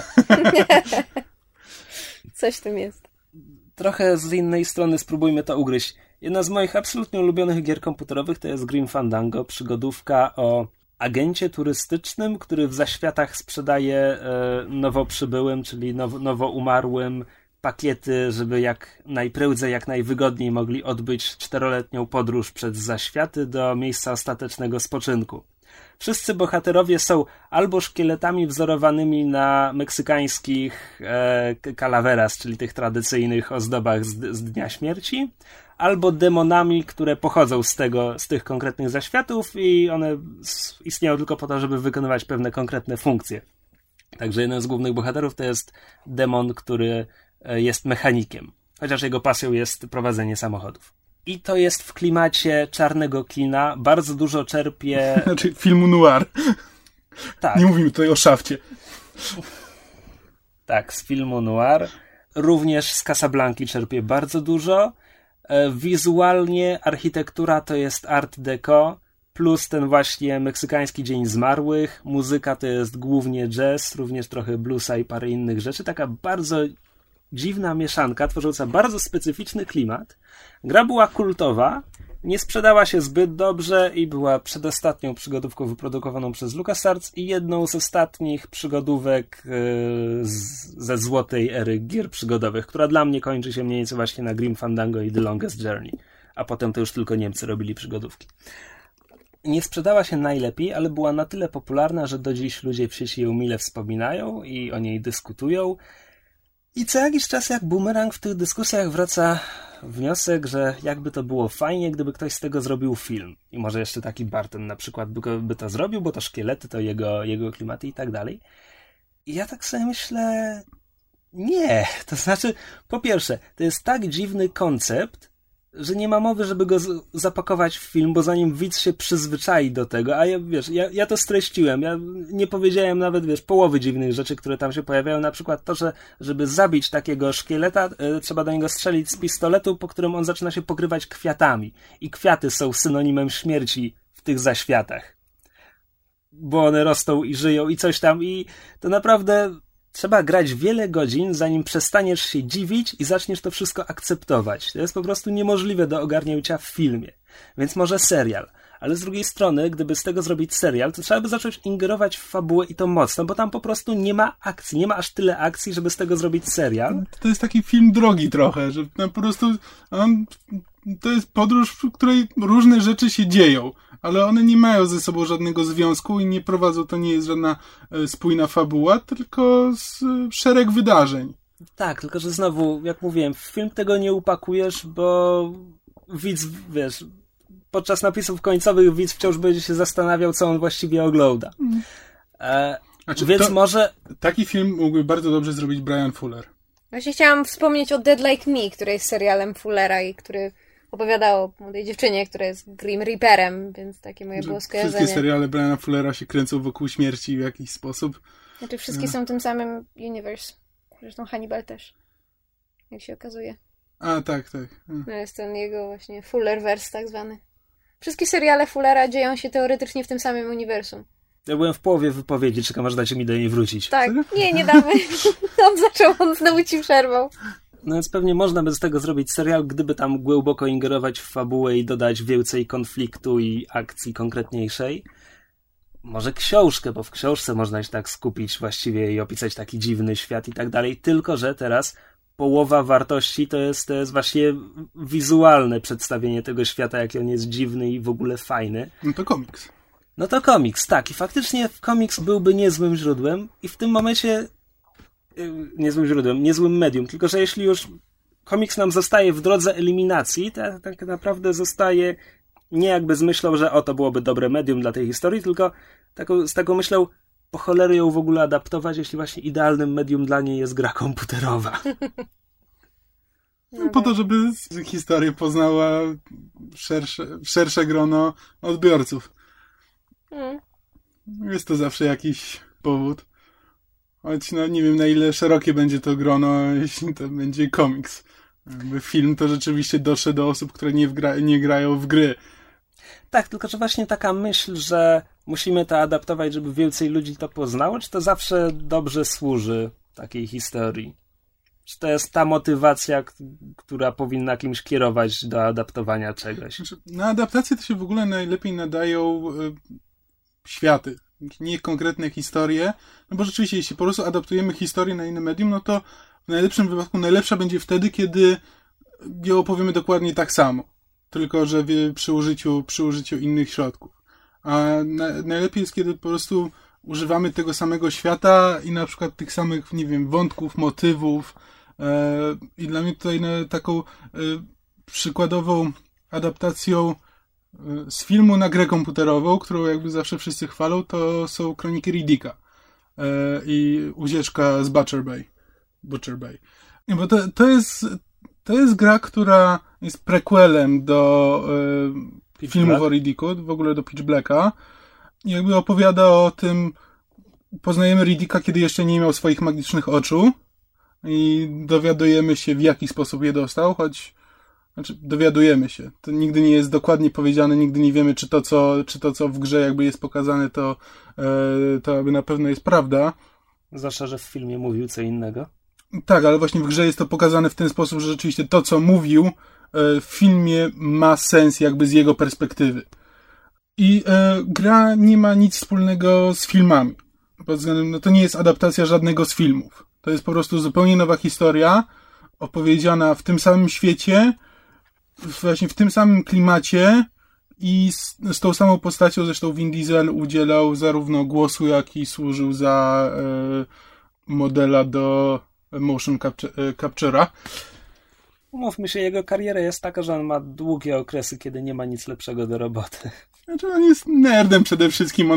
Coś w tym jest. Trochę z innej strony spróbujmy to ugryźć. Jedna z moich absolutnie ulubionych gier komputerowych to jest Grim Fandango, przygodówka o agencie turystycznym, który w zaświatach sprzedaje nowo przybyłym, czyli nowo umarłym pakiety, żeby jak najprędzej, jak najwygodniej mogli odbyć 4-letnią podróż przez zaświaty do miejsca ostatecznego spoczynku. Wszyscy bohaterowie są albo szkieletami wzorowanymi na meksykańskich calaveras, czyli tych tradycyjnych ozdobach z Dnia Śmierci, albo demonami, które pochodzą z tych konkretnych zaświatów i one istnieją tylko po to, żeby wykonywać pewne konkretne funkcje. Także jeden z głównych bohaterów to jest demon, który jest mechanikiem, chociaż jego pasją jest prowadzenie samochodów. I to jest w klimacie czarnego kina, bardzo dużo czerpie... Znaczy filmu noir. Tak. Nie mówimy tutaj o Szafcie. Tak, z filmu noir. Również z Casablanki czerpie bardzo dużo. Wizualnie architektura to jest art deco, plus ten właśnie meksykański Dzień Zmarłych. Muzyka to jest głównie jazz, również trochę bluesa i parę innych rzeczy. Taka bardzo dziwna mieszanka, tworząca bardzo specyficzny klimat. Gra była kultowa, nie sprzedała się zbyt dobrze i była przedostatnią przygodówką wyprodukowaną przez LucasArts i jedną z ostatnich przygodówek ze złotej ery gier przygodowych, która dla mnie kończy się mniej więcej właśnie na Grim Fandango i The Longest Journey, a potem to już tylko Niemcy robili przygodówki. Nie sprzedała się najlepiej, ale była na tyle popularna, że do dziś ludzie w sieci ją mile wspominają i o niej dyskutują. I co jakiś czas jak bumerang w tych dyskusjach wraca wniosek, że jakby to było fajnie, gdyby ktoś z tego zrobił film. I może jeszcze taki Barton na przykład by to zrobił, bo to szkielety, to jego klimaty i tak dalej. I ja tak sobie myślę, nie. To znaczy, po pierwsze, to jest tak dziwny koncept, że nie ma mowy, żeby go zapakować w film, bo zanim widz się przyzwyczai do tego, a ja to streściłem, ja nie powiedziałem nawet, połowy dziwnych rzeczy, które tam się pojawiają, na przykład to, że żeby zabić takiego szkieleta, trzeba do niego strzelić z pistoletu, po którym on zaczyna się pokrywać kwiatami i kwiaty są synonimem śmierci w tych zaświatach, bo one rosną i żyją i coś tam i to naprawdę... Trzeba grać wiele godzin, zanim przestaniesz się dziwić i zaczniesz to wszystko akceptować. To jest po prostu niemożliwe do ogarnięcia w filmie. Więc może serial. Ale z drugiej strony, gdyby z tego zrobić serial, to trzeba by zacząć ingerować w fabułę i to mocno, bo tam po prostu nie ma akcji. Nie ma aż tyle akcji, żeby z tego zrobić serial. To jest taki film drogi trochę, że po prostu to jest podróż, w której różne rzeczy się dzieją, ale one nie mają ze sobą żadnego związku i nie prowadzą, to nie jest żadna spójna fabuła, tylko szereg wydarzeń. Tak, tylko że znowu, jak mówiłem, w film tego nie upakujesz, bo widz, podczas napisów końcowych widz wciąż będzie się zastanawiał, co on właściwie ogląda. Więc może... Taki film mógłby bardzo dobrze zrobić Brian Fuller. Właśnie chciałam wspomnieć o Dead Like Me, który jest serialem Fullera i który opowiada o młodej dziewczynie, która jest Grim Reaperem, więc takie moje było skojarzenie. Wszystkie seriale Briana Fullera się kręcą wokół śmierci w jakiś sposób. Znaczy wszystkie są tym samym universe. Zresztą Hannibal też, jak się okazuje. A, tak. No jest ten jego właśnie Fullerverse tak zwany. Wszystkie seriale Fullera dzieją się teoretycznie w tym samym uniwersum. Ja byłem w połowie wypowiedzi, czekam aż dacie mi do niej wrócić. Tak, nie damy. On znowu ci przerwał. No więc pewnie można by z tego zrobić serial, gdyby tam głęboko ingerować w fabułę i dodać więcej konfliktu i akcji konkretniejszej. Może książkę, bo w książce można się tak skupić właściwie i opisać taki dziwny świat i tak dalej, tylko że teraz połowa wartości to jest właśnie wizualne przedstawienie tego świata, jaki on jest dziwny i w ogóle fajny. No to komiks, tak. I faktycznie komiks byłby niezłym źródłem i w tym momencie niezłym medium, tylko że jeśli już komiks nam zostaje w drodze eliminacji, to tak naprawdę zostaje nie jakby z myślą, że to byłoby dobre medium dla tej historii, tylko z taką myślą, po cholery ją w ogóle adaptować, jeśli właśnie idealnym medium dla niej jest gra komputerowa. Po to, żeby historię poznała szersze grono odbiorców. Jest to zawsze jakiś powód. Choć nie wiem, na ile szerokie będzie to grono, jeśli to będzie komiks. Jakby film to rzeczywiście dotrze do osób, które nie grają w gry. Tak, tylko że właśnie taka myśl, że musimy to adaptować, żeby więcej ludzi to poznało, czy to zawsze dobrze służy takiej historii? Czy to jest ta motywacja, która powinna kimś kierować do adaptowania czegoś? Na adaptację to się w ogóle najlepiej nadają światy, nie konkretne historie, no bo rzeczywiście, jeśli po prostu adaptujemy historię na inne medium, no to w najlepszym wypadku najlepsza będzie wtedy, kiedy ją opowiemy dokładnie tak samo, tylko że przy użyciu innych środków. A najlepiej jest, kiedy po prostu używamy tego samego świata i na przykład tych samych, nie wiem, wątków, motywów. I dla mnie tutaj taką przykładową adaptacją z filmu na grę komputerową, którą jakby zawsze wszyscy chwalą, to są Kroniki Riddicka i Ucieczka z Butcher Bay. Bo to jest gra, która jest prequelem do filmów o Riddicku, w ogóle do Pitch Blacka. I jakby opowiada o tym, poznajemy Riddicka, kiedy jeszcze nie miał swoich magicznych oczu i dowiadujemy się, w jaki sposób je dostał, dowiadujemy się. To nigdy nie jest dokładnie powiedziane, nigdy nie wiemy, czy to, co w grze jakby jest pokazane, to jakby na pewno jest prawda. Zwłaszcza, że w filmie mówił co innego. Tak, ale właśnie w grze jest to pokazane w ten sposób, że rzeczywiście to, co mówił w filmie, ma sens jakby z jego perspektywy. I gra nie ma nic wspólnego z filmami. Pod względem, to nie jest adaptacja żadnego z filmów. To jest po prostu zupełnie nowa historia, opowiedziana w tym samym świecie, właśnie w tym samym klimacie i z tą samą postacią. Zresztą Vin Diesel udzielał zarówno głosu, jak i służył za modela do motion capture'a. Umówmy się, jego kariera jest taka, że on ma długie okresy, kiedy nie ma nic lepszego do roboty. Znaczy on jest nerdem przede wszystkim,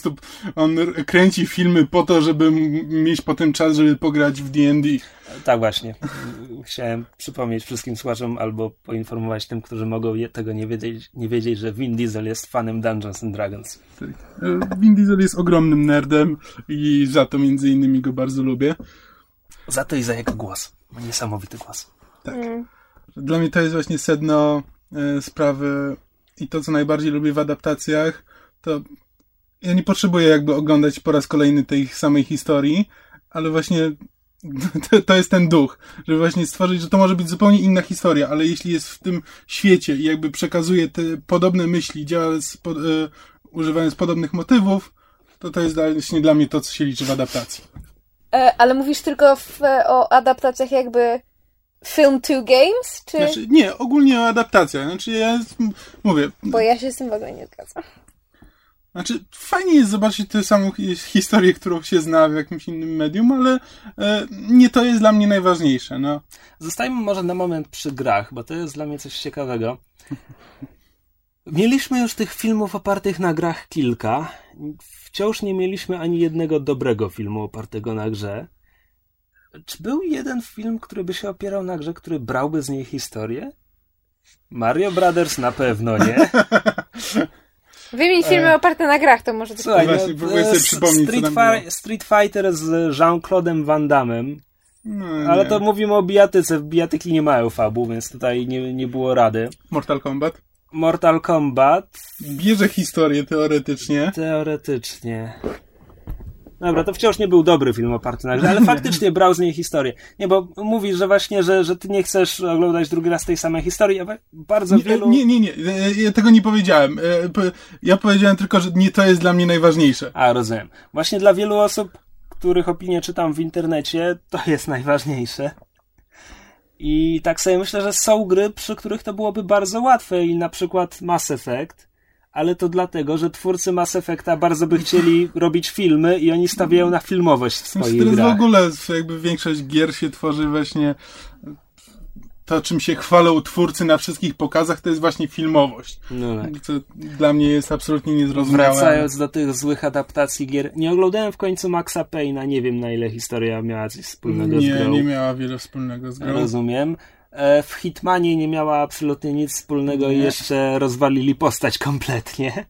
on kręci filmy po to, żeby mieć potem czas, żeby pograć w D&D. Tak właśnie. Chciałem przypomnieć wszystkim słuchaczom albo poinformować tym, którzy mogą tego nie wiedzieć, że Vin Diesel jest fanem Dungeons and Dragons. Tak. Vin Diesel jest ogromnym nerdem i za to między innymi go bardzo lubię. Za to i za jego głos. Ma niesamowity głos. Tak. Dla mnie to jest właśnie sedno sprawy i to, co najbardziej lubię w adaptacjach, to ja nie potrzebuję jakby oglądać po raz kolejny tej samej historii, ale właśnie to jest ten duch, żeby właśnie stworzyć, że to może być zupełnie inna historia, ale jeśli jest w tym świecie i jakby przekazuje te podobne myśli, działa używając podobnych motywów, to jest właśnie dla mnie to, co się liczy w adaptacji. Ale mówisz tylko o adaptacjach jakby film to games, czy? Znaczy, nie, ogólnie o adaptacjach. Znaczy, ja mówię... Bo ja się z tym w ogóle nie zgadzam. Znaczy, fajnie jest zobaczyć tę samą historię, którą się zna w jakimś innym medium, ale nie to jest dla mnie najważniejsze. No. Zostajmy może na moment przy grach, bo to jest dla mnie coś ciekawego. Mieliśmy już tych filmów opartych na grach kilka. Wciąż nie mieliśmy ani jednego dobrego filmu opartego na grze. Czy był jeden film, który by się opierał na grze, który brałby z niej historię? Mario Brothers na pewno nie. Wymień filmy oparte na grach, to może... Słuchaj, próbuję sobie przypomnieć, Street Fighter z Jean-Claude'em Van Damme. No, ale to mówimy o bijatyce. Bijatyki nie mają fabuł, więc tutaj nie było rady. Mortal Kombat? Mortal Kombat bierze historię teoretycznie. Teoretycznie. Dobra, to wciąż nie był dobry film oparty na grze, ale faktycznie brał z niej historię. Nie, bo mówisz, że właśnie, że ty nie chcesz oglądać drugi raz tej samej historii, a bardzo wielu... Nie, ja tego nie powiedziałem. Ja powiedziałem tylko, że nie to jest dla mnie najważniejsze. A, rozumiem. Właśnie dla wielu osób, których opinie czytam w internecie, to jest najważniejsze. I tak sobie myślę, że są gry, przy których to byłoby bardzo łatwe i na przykład Mass Effect, ale to dlatego, że twórcy Mass Effecta bardzo by chcieli robić filmy i oni stawiają na filmowość w swoich grach. Teraz w ogóle jakby większość gier się tworzy właśnie to, czym się chwalą twórcy na wszystkich pokazach, to jest właśnie filmowość. No tak. Co dla mnie jest absolutnie niezrozumiałe. Wracając do tych złych adaptacji gier, nie oglądałem w końcu Maxa Payne'a, nie wiem na ile historia miała coś wspólnego z grą. Nie miała wiele wspólnego z grą. Rozumiem. W Hitmanie nie miała absolutnie nic wspólnego i jeszcze rozwalili postać kompletnie.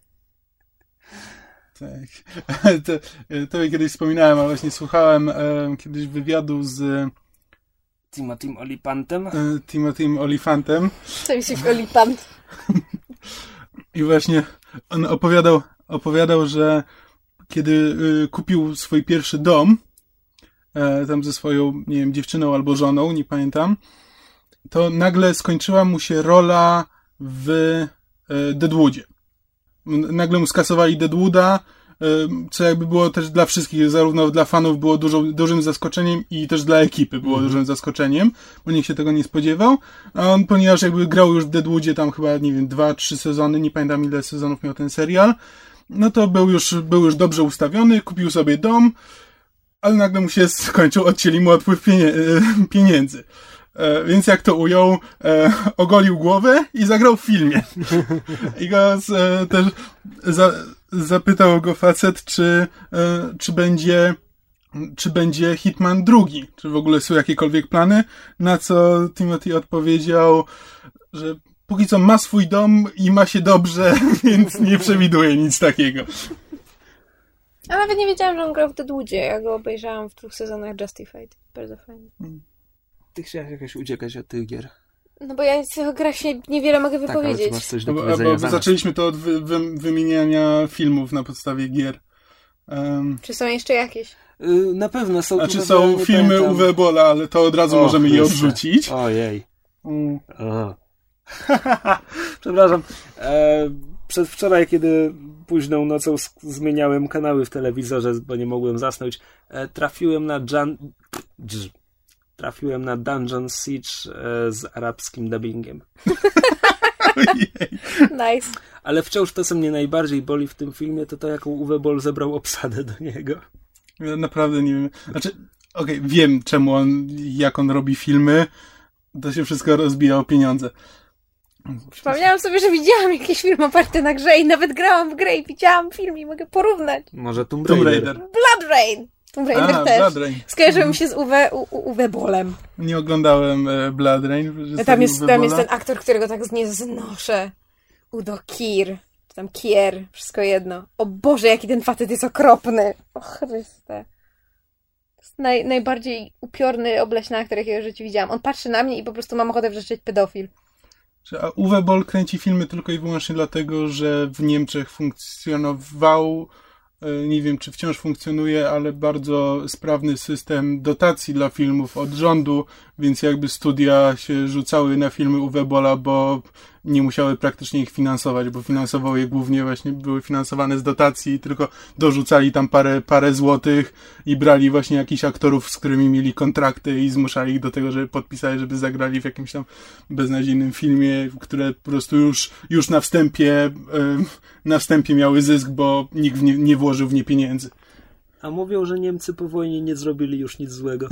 Tak. To kiedyś wspominałem, ale właśnie słuchałem kiedyś wywiadu z Timothy Olifantem. Timothy Olifantem. To jesteś Olifant. I właśnie on opowiadał, że kiedy kupił swój pierwszy dom, tam ze swoją, nie wiem, dziewczyną albo żoną, nie pamiętam, to nagle skończyła mu się rola w Deadwoodzie. Nagle mu skasowali Deadwooda, co jakby było też dla wszystkich, zarówno dla fanów było dużym zaskoczeniem i też dla ekipy było dużym zaskoczeniem, bo nikt się tego nie spodziewał, a on, ponieważ jakby grał już w Deadwoodzie tam chyba, nie wiem, 2-3 sezony, nie pamiętam ile sezonów miał ten serial, no to był już dobrze ustawiony, kupił sobie dom, ale nagle mu się skończył, odcięli mu odpływ pieniędzy. Więc jak to ujął, ogolił głowę i zagrał w filmie. I go też zapytał go facet, czy będzie Hitman drugi, czy w ogóle są jakiekolwiek plany, na co Timothy odpowiedział, że póki co ma swój dom i ma się dobrze, więc nie przewiduje nic takiego. A nawet nie wiedziałam, że on grał w Deadwoodzie. Ja go obejrzałam w 2 sezonach Justified. Bardzo fajnie. Ty chciałaś jakoś uciekać od tych gier. No bo ja z tego gra się niewiele mogę wypowiedzieć. Tak, ale masz coś do powiedzenia bo zaczęliśmy to od wymieniania filmów na podstawie gier. Czy są jeszcze jakieś? Na pewno są. Znaczy są filmy Uwe Bolla, ale to od razu możemy je odrzucić. Ojej. Przepraszam. Przedwczoraj, kiedy późną nocą zmieniałem kanały w telewizorze, bo nie mogłem zasnąć, trafiłem na Dungeon Siege z arabskim dubbingiem. Nice. Ale wciąż to, co mnie najbardziej boli w tym filmie, to jaką Uwe Boll zebrał obsadę do niego. Ja naprawdę nie wiem. Znaczy, wiem jak on robi filmy. To się wszystko rozbija o pieniądze. Przypomniałam sobie, że widziałam jakiś film oparty na grze i nawet grałam w grę i widziałam film i mogę porównać. Może Tomb Raider. Blood Rain. Tomb Raider też. Blood Rain. Skojarzył mi się z Uwe Bollem. Nie oglądałem Blood Rain. Tam jest ten aktor, którego tak nie znoszę. Udo Kier. Czy tam Kier. Wszystko jedno. O Boże, jaki ten facet jest okropny. O Chryste. To jest najbardziej upiorny obleśny aktor, jakiego w życiu widziałam. On patrzy na mnie i po prostu mam ochotę wrzeszczeć pedofil. A Uwe Boll kręci filmy tylko i wyłącznie dlatego, że w Niemczech funkcjonował, nie wiem czy wciąż funkcjonuje, ale bardzo sprawny system dotacji dla filmów od rządu, więc jakby studia się rzucały na filmy Uwe Bolla, bo nie musiały praktycznie ich finansować, bo finansowały je głównie właśnie, były finansowane z dotacji, tylko dorzucali tam parę złotych i brali właśnie jakichś aktorów, z którymi mieli kontrakty i zmuszali ich do tego, żeby podpisali, żeby zagrali w jakimś tam beznadziejnym filmie, które po prostu już na wstępie miały zysk, bo nikt nie włożył w nie pieniędzy. A mówią, że Niemcy po wojnie nie zrobili już nic złego.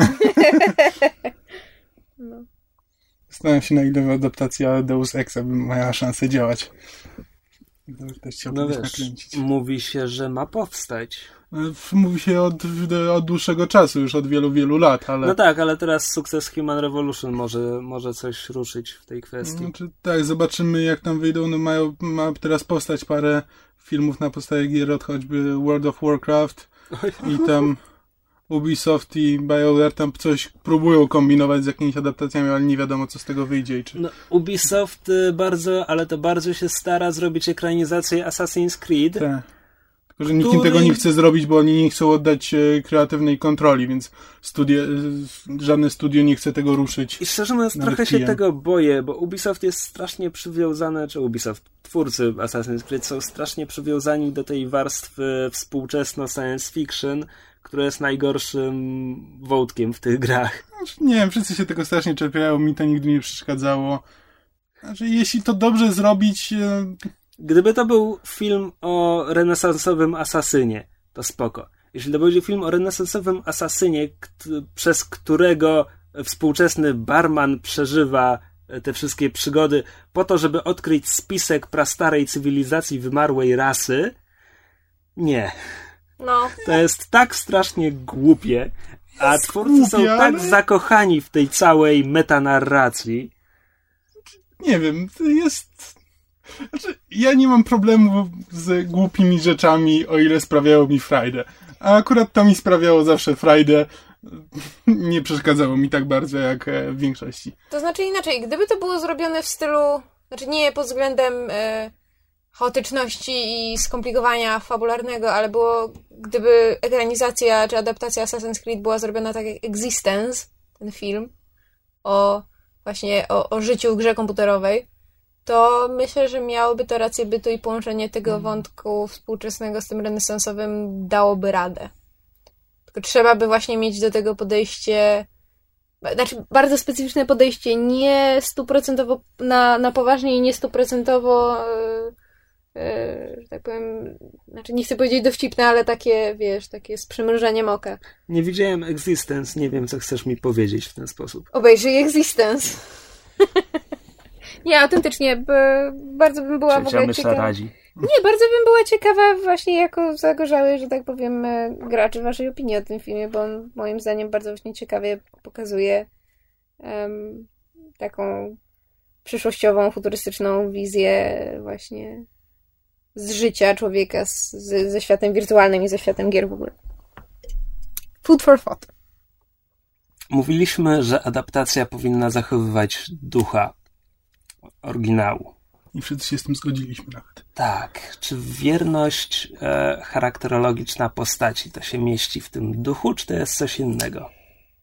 No. Zastanawiam się, na ile adaptacja Deus Exa by miała szansę działać. Też chciałbym nakręcić. Mówi się, że ma powstać. Mówi się od dłuższego czasu, już od wielu, wielu lat, ale... No tak, ale teraz sukces Human Revolution może coś ruszyć w tej kwestii. Znaczy, tak, zobaczymy jak tam wyjdą. No ma teraz powstać parę filmów na podstawie gier od choćby World of Warcraft i tam Ubisoft i BioWare tam coś próbują kombinować z jakimiś adaptacjami, ale nie wiadomo, co z tego wyjdzie i czy... No, Ubisoft bardzo się stara zrobić ekranizację Assassin's Creed. Tak. Tylko, że nikt im tego nie chce zrobić, bo oni nie chcą oddać kreatywnej kontroli, więc żadne studio nie chce tego ruszyć. I szczerze mówiąc, trochę się tego boję, bo Ubisoft jest strasznie przywiązany, twórcy Assassin's Creed są strasznie przywiązani do tej warstwy współczesno science fiction, która jest najgorszym wątkiem w tych grach. Nie wiem, wszyscy się tego strasznie czepiają, mi to nigdy nie przeszkadzało. Znaczy, jeśli to dobrze zrobić... Gdyby to był film o renesansowym asasynie, to spoko. Jeśli to będzie film o renesansowym asasynie, przez którego współczesny barman przeżywa te wszystkie przygody po to, żeby odkryć spisek prastarej cywilizacji wymarłej rasy, nie. No. To jest tak strasznie głupie, a twórcy są tak zakochani w tej całej metanarracji. Nie wiem, to jest... Znaczy, ja nie mam problemu z głupimi rzeczami, o ile sprawiało mi frajdę. A akurat to mi sprawiało zawsze frajdę. Nie przeszkadzało mi tak bardzo jak w większości. To znaczy inaczej, gdyby to było zrobione w stylu, znaczy nie pod względem chaotyczności i skomplikowania fabularnego, ale gdyby ekranizacja czy adaptacja Assassin's Creed była zrobiona tak jak Existence, ten film, o życiu w grze komputerowej, to myślę, że miałoby to rację bytu i połączenie tego wątku współczesnego z tym renesansowym dałoby radę. Tylko trzeba by właśnie mieć do tego podejście, znaczy bardzo specyficzne podejście, nie 100% na poważnie i nie 100%, że tak powiem, znaczy nie chcę powiedzieć dowcipne, ale takie, wiesz, takie z przymrużeniem oka. Nie widziałem Existence, nie wiem, co chcesz mi powiedzieć w ten sposób. Obejrzyj Existence. Nie, autentycznie, bardzo bym była w ogóle ciekawa. Nie, bardzo bym była ciekawa właśnie jako zagorzały, że tak powiem, graczy waszej opinii o tym filmie, bo on moim zdaniem bardzo właśnie ciekawie pokazuje taką przyszłościową, futurystyczną wizję właśnie z życia człowieka ze światem wirtualnym i ze światem gier w ogóle. Food for thought. Mówiliśmy, że adaptacja powinna zachowywać ducha oryginału. I wszyscy się z tym zgodziliśmy nawet. Tak. Czy wierność charakterologiczna postaci to się mieści w tym duchu, czy to jest coś innego?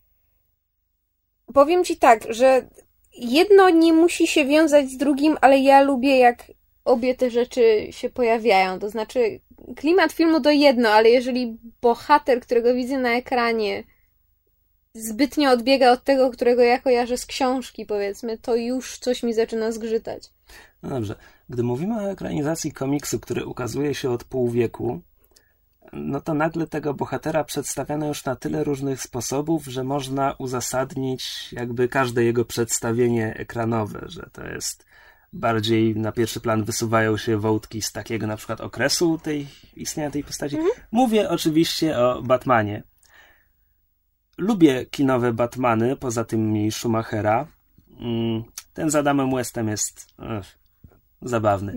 Powiem ci tak, że jedno nie musi się wiązać z drugim, ale ja lubię, jak obie te rzeczy się pojawiają. To znaczy, klimat filmu to jedno, ale jeżeli bohater, którego widzę na ekranie, zbytnio odbiega od tego, którego ja kojarzę z książki, powiedzmy, to już coś mi zaczyna zgrzytać. No dobrze. Gdy mówimy o ekranizacji komiksu, który ukazuje się od pół wieku, no to nagle tego bohatera przedstawiano już na tyle różnych sposobów, że można uzasadnić jakby każde jego przedstawienie ekranowe, że to jest bardziej na pierwszy plan wysuwają się wątki z takiego na przykład okresu istnienia tej postaci. Mówię oczywiście o Batmanie. Lubię kinowe Batmany, poza tymi Schumachera. Ten z Adamem Westem jest zabawny.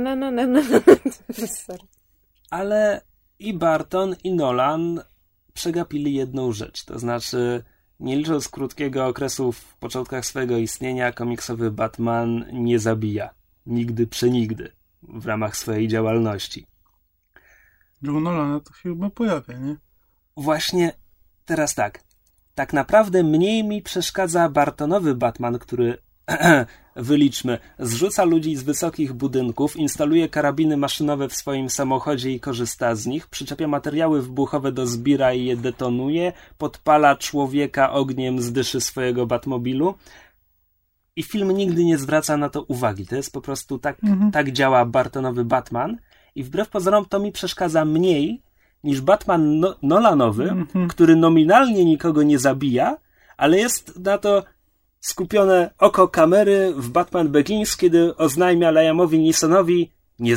Ale i Barton, i Nolan przegapili jedną rzecz. To znaczy, nie licząc krótkiego okresu w początkach swojego istnienia, komiksowy Batman nie zabija. Nigdy przenigdy. W ramach swojej działalności. Joe Nolana to się chyba pojawia, nie? Właśnie teraz tak. Tak naprawdę mniej mi przeszkadza Bartonowy Batman, który, wyliczmy, zrzuca ludzi z wysokich budynków, instaluje karabiny maszynowe w swoim samochodzie i korzysta z nich, przyczepia materiały wybuchowe do zbira i je detonuje, podpala człowieka ogniem z dyszy swojego Batmobilu i film nigdy nie zwraca na to uwagi. To jest po prostu tak działa Bartonowy Batman i wbrew pozorom to mi przeszkadza mniej niż Batman Nolanowy, który nominalnie nikogo nie zabija, ale jest na to skupione oko kamery w Batman Begins, kiedy oznajmia Liamowi Neesonowi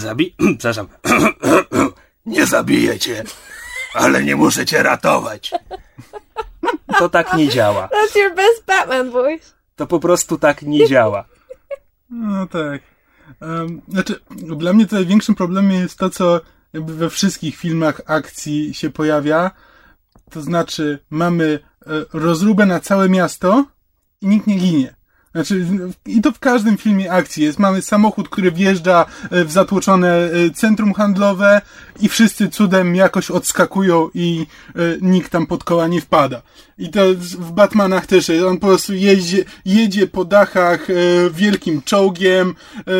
nie zabiję cię, ale nie muszę cię ratować. To tak nie działa. That's your best Batman voice. To po prostu tak nie działa. No tak. Znaczy, dla mnie tutaj większym problemem jest to, co jakby we wszystkich filmach akcji się pojawia, To znaczy, mamy rozróbę na całe miasto i nikt nie ginie. Znaczy, i to w każdym filmie akcji jest. Mamy samochód, który wjeżdża w zatłoczone centrum handlowe i wszyscy cudem jakoś odskakują i nikt tam pod koła nie wpada. I to w Batmanach też jest. On po prostu jedzie po dachach wielkim czołgiem,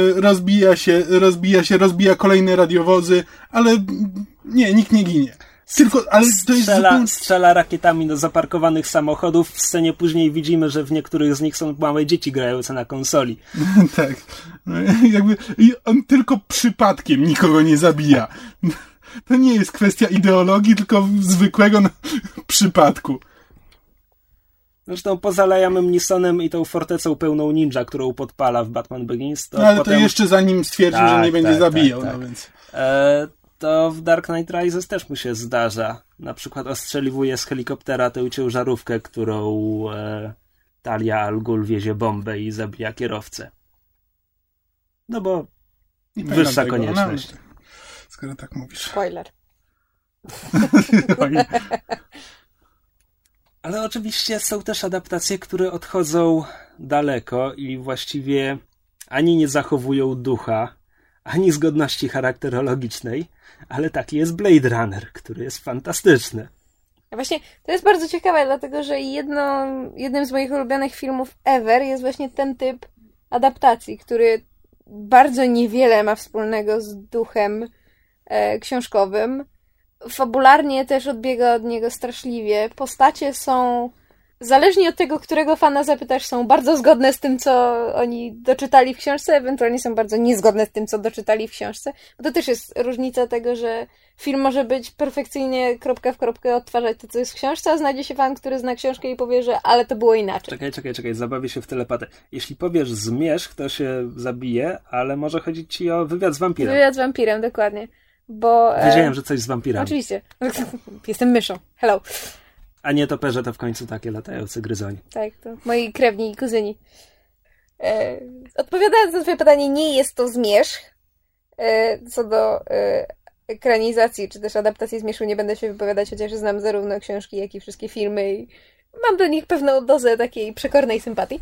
rozbija kolejne radiowozy, ale nie, nikt nie ginie. Tylko, ale to jest strzela rakietami do zaparkowanych samochodów. W scenie później widzimy, że w niektórych z nich są małe dzieci grające na konsoli. Tak. No, i on tylko przypadkiem nikogo nie zabija. To nie jest kwestia ideologii, tylko zwykłego przypadku. Zresztą poza Liamem Neesonem i tą fortecą pełną ninja, którą podpala w Batman Begins, to ale potem... to jeszcze zanim stwierdził, że nie będzie zabijał. Tak. No więc... To w Dark Knight Rises też mu się zdarza. Na przykład ostrzeliwuje z helikoptera tę ciężarówkę, którą Talia Al Ghul wiezie bombę i zabija kierowcę. No bo wyższa konieczność. No, skoro tak mówisz. Spoiler. Ale oczywiście są też adaptacje, które odchodzą daleko i właściwie ani nie zachowują ducha, ani zgodności charakterologicznej, ale taki jest Blade Runner, który jest fantastyczny. A właśnie to jest bardzo ciekawe, dlatego że jednym z moich ulubionych filmów ever jest właśnie ten typ adaptacji, który bardzo niewiele ma wspólnego z duchem książkowym. Fabularnie też odbiega od niego straszliwie. Postacie są, zależnie od tego, którego fana zapytasz, są bardzo zgodne z tym, co oni doczytali w książce, ewentualnie są bardzo niezgodne z tym, co doczytali w książce. Bo to też jest różnica tego, że film może być perfekcyjnie kropka w kropkę odtwarzać to, co jest w książce, a znajdzie się fan, który zna książkę i powie, że ale to było inaczej. Czekaj, zabawię się w telepatę. Jeśli powiesz zmierzch, to się zabije, ale może chodzić ci o wywiad z wampirem. Wywiad z wampirem, dokładnie. Bo... Wiedziałem, że coś z wampirami. Oczywiście. Jestem myszą. Hello. A nie toperze to w końcu takie latające gryzonie. Tak, to moi krewni i kuzyni. Odpowiadając na twoje pytanie, nie jest to zmierzch. Co do ekranizacji, czy też adaptacji zmierzchu nie będę się wypowiadać, chociaż znam zarówno książki, jak i wszystkie filmy i mam do nich pewną dozę takiej przekornej sympatii.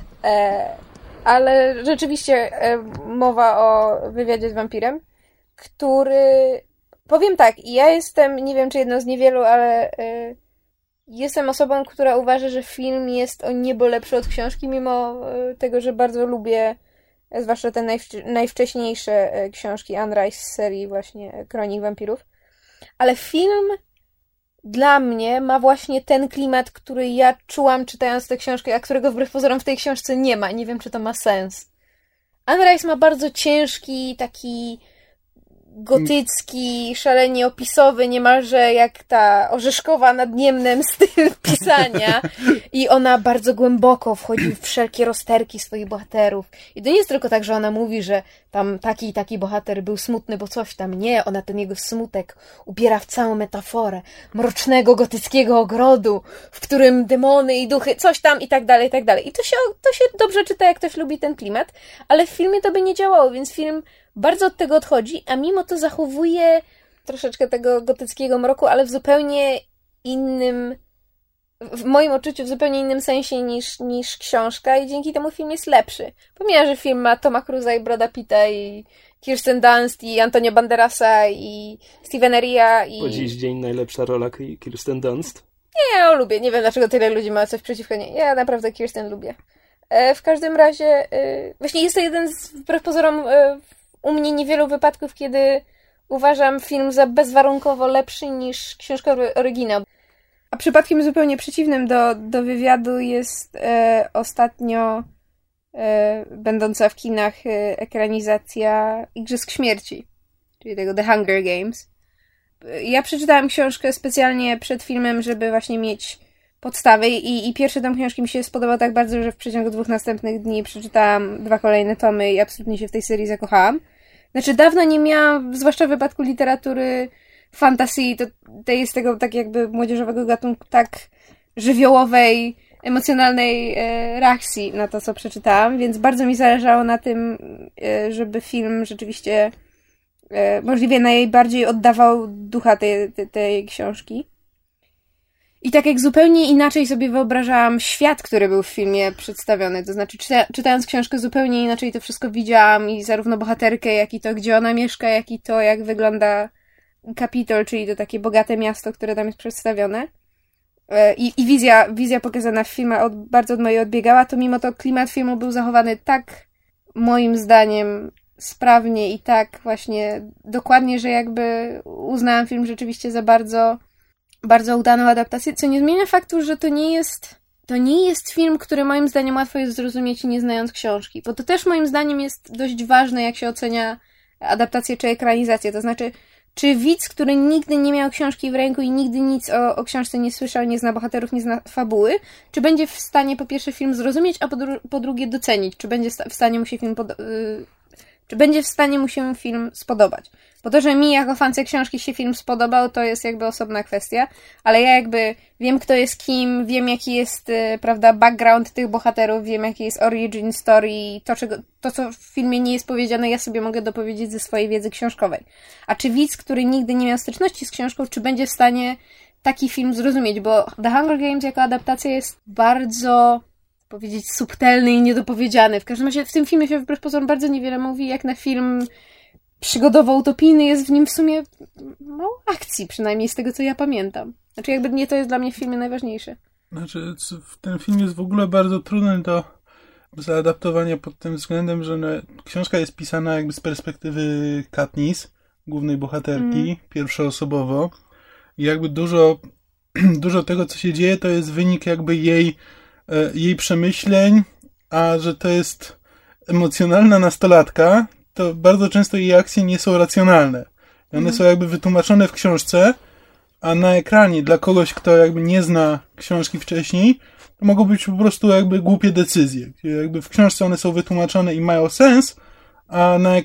Ale rzeczywiście mowa o wywiadzie z wampirem, który... Powiem tak, ja jestem, nie wiem czy jedną z niewielu, ale jestem osobą, która uważa, że film jest o niebo lepszy od książki, mimo tego, że bardzo lubię zwłaszcza te najwcześniejsze książki Anne Rice z serii właśnie Kronik Wampirów. Ale film dla mnie ma właśnie ten klimat, który ja czułam czytając tę książkę, a którego wbrew pozorom w tej książce nie ma. Nie wiem, czy to ma sens. Anne Rice ma bardzo ciężki, taki gotycki, szalenie opisowy, niemalże jak ta Orzeszkowa nad Niemnem styl pisania. I ona bardzo głęboko wchodzi w wszelkie rozterki swoich bohaterów. I to nie jest tylko tak, że ona mówi, że tam taki i taki bohater był smutny, bo coś tam. Nie, ona ten jego smutek ubiera w całą metaforę mrocznego, gotyckiego ogrodu, w którym demony i duchy, coś tam i tak dalej, i tak dalej. I to się dobrze czyta, jak ktoś lubi ten klimat, ale w filmie to by nie działało, więc film bardzo od tego odchodzi, a mimo to zachowuje troszeczkę tego gotyckiego mroku, ale w zupełnie innym, w moim odczuciu w zupełnie innym sensie niż książka i dzięki temu film jest lepszy. Pomijam, że film ma Toma Cruza i Brada Pitta i Kirsten Dunst i Antonio Banderasa i Stevena Ria i... Po dziś dzień najlepsza rola Kirsten Dunst. Nie, ja ją lubię. Nie wiem, dlaczego tyle ludzi ma coś przeciwko niej. Ja naprawdę Kirsten lubię. W każdym razie właśnie jest to jeden z, wbrew pozorom, u mnie niewielu wypadków, kiedy uważam film za bezwarunkowo lepszy niż książkowy oryginał. A przypadkiem zupełnie przeciwnym do wywiadu jest ostatnio będąca w kinach ekranizacja Igrzysk Śmierci, czyli tego The Hunger Games. Ja przeczytałam książkę specjalnie przed filmem, żeby właśnie mieć podstawy i pierwszy tom książki mi się spodobał tak bardzo, że w przeciągu 2 następnych dni przeczytałam 2 kolejne tomy i absolutnie się w tej serii zakochałam. Znaczy dawno nie miałam, zwłaszcza w wypadku literatury fantasy, to jest tego tak jakby młodzieżowego gatunku, tak żywiołowej, emocjonalnej reakcji na to, co przeczytałam, więc bardzo mi zależało na tym, żeby film rzeczywiście możliwie najbardziej oddawał ducha tej książki. I tak jak zupełnie inaczej sobie wyobrażałam świat, który był w filmie przedstawiony, to znaczy czytając książkę zupełnie inaczej to wszystko widziałam i zarówno bohaterkę, jak i to, gdzie ona mieszka, jak i to, jak wygląda Kapitol, czyli to takie bogate miasto, które tam jest przedstawione. I wizja pokazana w filmie bardzo od mojej odbiegała, to mimo to klimat filmu był zachowany tak, moim zdaniem, sprawnie i tak właśnie dokładnie, że jakby uznałam film rzeczywiście za bardzo, bardzo udaną adaptację, co nie zmienia faktu, że to nie jest film, który moim zdaniem łatwo jest zrozumieć nie znając książki, bo to też moim zdaniem jest dość ważne, jak się ocenia adaptację czy ekranizację, to znaczy czy widz, który nigdy nie miał książki w ręku i nigdy nic o książce nie słyszał, nie zna bohaterów, nie zna fabuły, czy będzie w stanie po pierwsze film zrozumieć, a po drugie docenić, czy będzie w stanie mu się film spodobać. Bo to, że mi jako fance książki się film spodobał, to jest jakby osobna kwestia, ale ja jakby wiem, kto jest kim, wiem, jaki jest, prawda, background tych bohaterów, wiem, jaki jest origin story, to, co w filmie nie jest powiedziane, ja sobie mogę dopowiedzieć ze swojej wiedzy książkowej. A czy widz, który nigdy nie miał styczności z książką, czy będzie w stanie taki film zrozumieć? Bo The Hunger Games jako adaptacja jest bardzo, powiedzieć, subtelny i niedopowiedziany. W każdym razie w tym filmie się wbrew pozorom bardzo niewiele mówi, jak na film przygodowo-utopijny, jest w nim w sumie mało akcji, przynajmniej z tego, co ja pamiętam. Znaczy jakby nie to jest dla mnie w filmie najważniejsze. Znaczy ten film jest w ogóle bardzo trudny do zaadaptowania pod tym względem, że książka jest pisana jakby z perspektywy Katniss, głównej bohaterki, pierwszoosobowo. I jakby dużo tego, co się dzieje, to jest wynik jakby jej przemyśleń, a że to jest emocjonalna nastolatka, to bardzo często jej akcje nie są racjonalne. I one są jakby wytłumaczone w książce, a na ekranie dla kogoś, kto jakby nie zna książki wcześniej, to mogą być po prostu jakby głupie decyzje. Jakby w książce one są wytłumaczone i mają sens, a na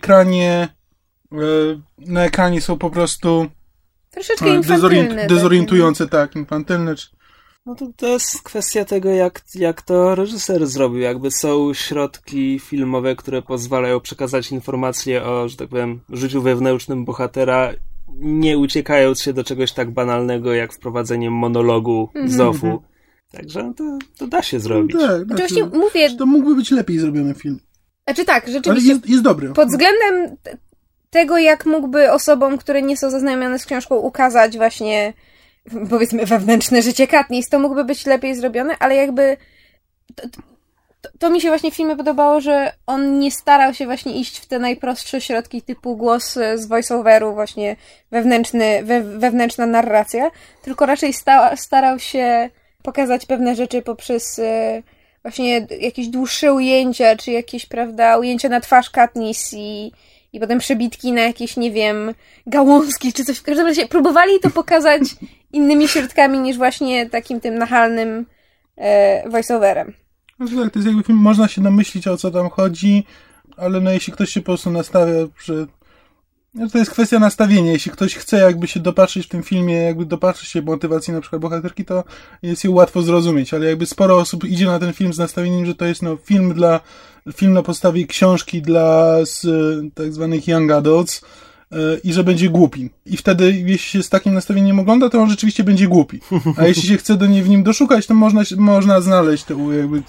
ekranie są po prostu troszeczkę infantylne. Dezorientujące, tak, infantylne. No to jest kwestia tego, jak to reżyser zrobił. Jakby są środki filmowe, które pozwalają przekazać informacje o, że tak powiem, życiu wewnętrznym bohatera, nie uciekając się do czegoś tak banalnego, jak wprowadzenie monologu Zofu. Także to da się zrobić. No tak, właśnie mówię, to mógłby być lepiej zrobiony film. Znaczy tak, rzeczywiście. Ale jest dobry. Pod względem tego, jak mógłby osobom, które nie są zaznajomione z książką, ukazać właśnie, powiedzmy, wewnętrzne życie Katniss, to mógłby być lepiej zrobione, ale jakby to mi się właśnie w filmie podobało, że on nie starał się właśnie iść w te najprostsze środki typu głos z voice-overu, właśnie wewnętrzna narracja, tylko raczej starał się pokazać pewne rzeczy poprzez właśnie jakieś dłuższe ujęcia, czy jakieś, prawda, ujęcia na twarz Katniss i potem przebitki na jakieś, nie wiem, gałązki, czy coś. W każdym razie próbowali to pokazać innymi środkami niż właśnie takim tym nachalnym voice-overem. Znaczy tak, to jest jakby film, można się domyślić, o co tam chodzi, ale no jeśli ktoś się po prostu nastawia, że to jest kwestia nastawienia. Jeśli ktoś chce jakby się dopatrzyć w tym filmie, jakby dopatrzyć się motywacji na przykład bohaterki, to jest ją łatwo zrozumieć, ale jakby sporo osób idzie na ten film z nastawieniem, że to jest film na podstawie książki dla tak zwanych young adults i że będzie głupi. I wtedy, jeśli się z takim nastawieniem ogląda, to on rzeczywiście będzie głupi. A jeśli się chce w nim doszukać, to można znaleźć tę jakby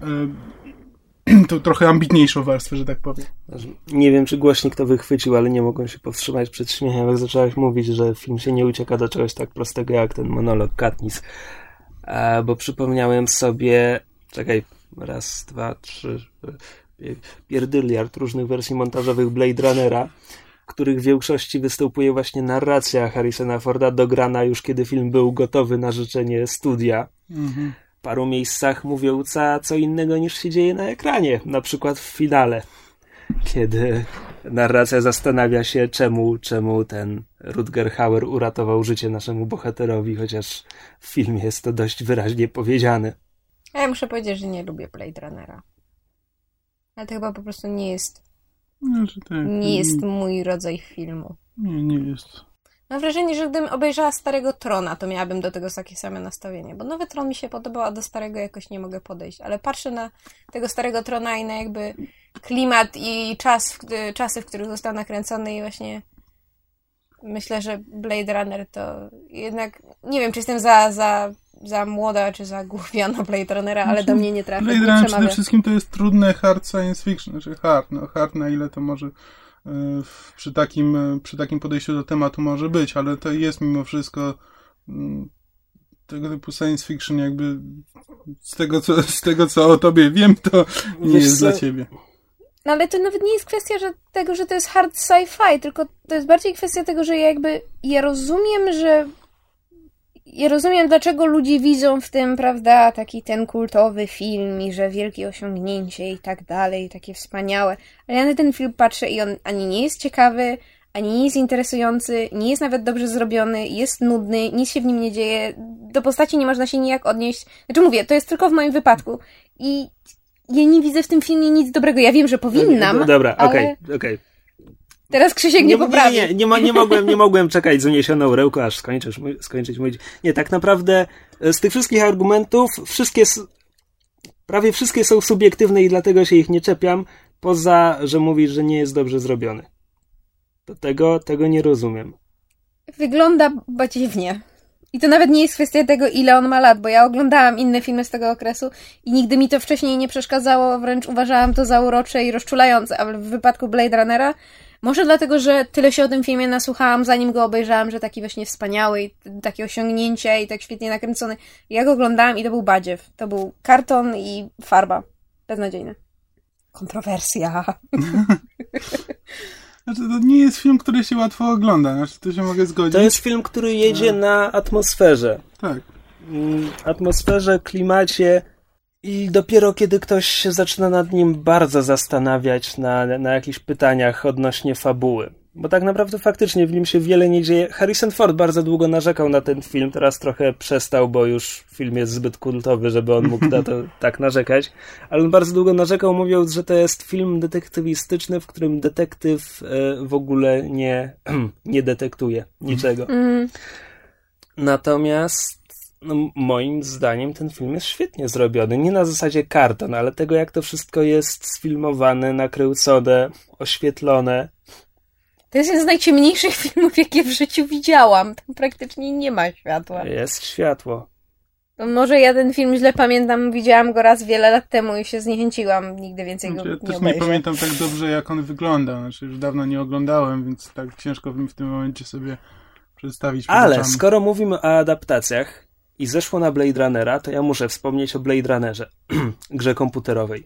to trochę ambitniejszą warstwę, że tak powiem. Nie wiem, czy głośnik to wychwycił, ale nie mogłem się powstrzymać przed śmiechem, jak zacząłeś mówić, że film się nie ucieka do czegoś tak prostego jak ten monolog Katniss. Bo przypomniałem sobie, raz, dwa, trzy, pierdyliard różnych wersji montażowych Blade Runnera, w których w większości występuje właśnie narracja Harrisona Forda, dograna już kiedy film był gotowy na życzenie studia. W paru miejscach mówiąca co innego niż się dzieje na ekranie. Na przykład w finale, kiedy narracja zastanawia się, czemu ten Rutger Hauer uratował życie naszemu bohaterowi, chociaż w filmie jest to dość wyraźnie powiedziane. Ja muszę powiedzieć, że nie lubię Blade Runnera. Ale to chyba po prostu nie jest mój rodzaj filmu. Nie jest. Mam wrażenie, że gdybym obejrzała Starego Trona, to miałabym do tego takie same nastawienie, bo Nowy Tron mi się podobał, a do Starego jakoś nie mogę podejść, ale patrzę na tego Starego Trona i na jakby klimat i czasy, w których został nakręcony i właśnie myślę, że Blade Runner to jednak... Nie wiem, czy jestem za młoda, czy za głupia na Blade Runnera, ale do mnie nie trafia. Blade Runner przede wszystkim to jest trudne hard science fiction, znaczy hard na ile to może przy takim podejściu do tematu może być, ale to jest mimo wszystko tego typu science fiction jakby z tego co o tobie wiem, to nie jest dla ciebie. No ale to nawet nie jest kwestia tego, że to jest hard sci-fi, tylko to jest bardziej kwestia tego, że ja rozumiem, dlaczego ludzie widzą w tym, prawda, taki ten kultowy film i że wielkie osiągnięcie i tak dalej, takie wspaniałe. Ale ja na ten film patrzę i on ani nie jest ciekawy, ani nie jest interesujący, nie jest nawet dobrze zrobiony, jest nudny, nic się w nim nie dzieje, do postaci nie można się nijak odnieść. Znaczy mówię, to jest tylko w moim wypadku. I ja nie widzę w tym filmie nic dobrego. Ja wiem, że powinnam, dobra, ale... okej. Teraz Krzysiek nie poprawi. Nie mogłem czekać z uniesioną ręką, aż skończyć mówić. Nie, tak naprawdę z tych wszystkich argumentów prawie wszystkie są subiektywne i dlatego się ich nie czepiam, poza, że mówisz, że nie jest dobrze zrobiony. Tego nie rozumiem. Wygląda badziewnie. I to nawet nie jest kwestia tego, ile on ma lat, bo ja oglądałam inne filmy z tego okresu i nigdy mi to wcześniej nie przeszkadzało, wręcz uważałam to za urocze i rozczulające, ale w wypadku Blade Runnera, może dlatego, że tyle się o tym filmie nasłuchałam, zanim go obejrzałam, że taki właśnie wspaniały i takie osiągnięcia i tak świetnie nakręcony. Ja go oglądałam i to był badziew. To był karton i farba. Beznadziejne. Kontrowersja. Znaczy, to nie jest film, który się łatwo ogląda. Znaczy, to się mogę zgodzić. To jest film, który jedzie na atmosferze. Tak. Atmosferze, klimacie i dopiero kiedy ktoś się zaczyna nad nim bardzo zastanawiać na jakichś pytaniach odnośnie fabuły. Bo tak naprawdę faktycznie w nim się wiele nie dzieje. Harrison Ford bardzo długo narzekał na ten film, teraz trochę przestał, bo już film jest zbyt kultowy, żeby on mógł na to tak narzekać. Ale on bardzo długo narzekał, mówiąc, że to jest film detektywistyczny, w którym detektyw w ogóle nie detektuje niczego. Natomiast moim zdaniem ten film jest świetnie zrobiony. Nie na zasadzie karton, ale tego, jak to wszystko jest sfilmowane, nakręcone, oświetlone. To jest jeden z najciemniejszych filmów, jakie w życiu widziałam. Tam praktycznie nie ma światła. Jest światło. To może ja ten film źle pamiętam, widziałam go raz wiele lat temu i się zniechęciłam. Nigdy więcej go nie obejrzę. Ja też nie pamiętam tak dobrze, jak on wygląda. Znaczy, już dawno nie oglądałem, więc tak ciężko mi w tym momencie sobie przedstawić. Ale skoro mówimy o adaptacjach i zeszło na Blade Runnera, to ja muszę wspomnieć o Blade Runnerze, grze komputerowej.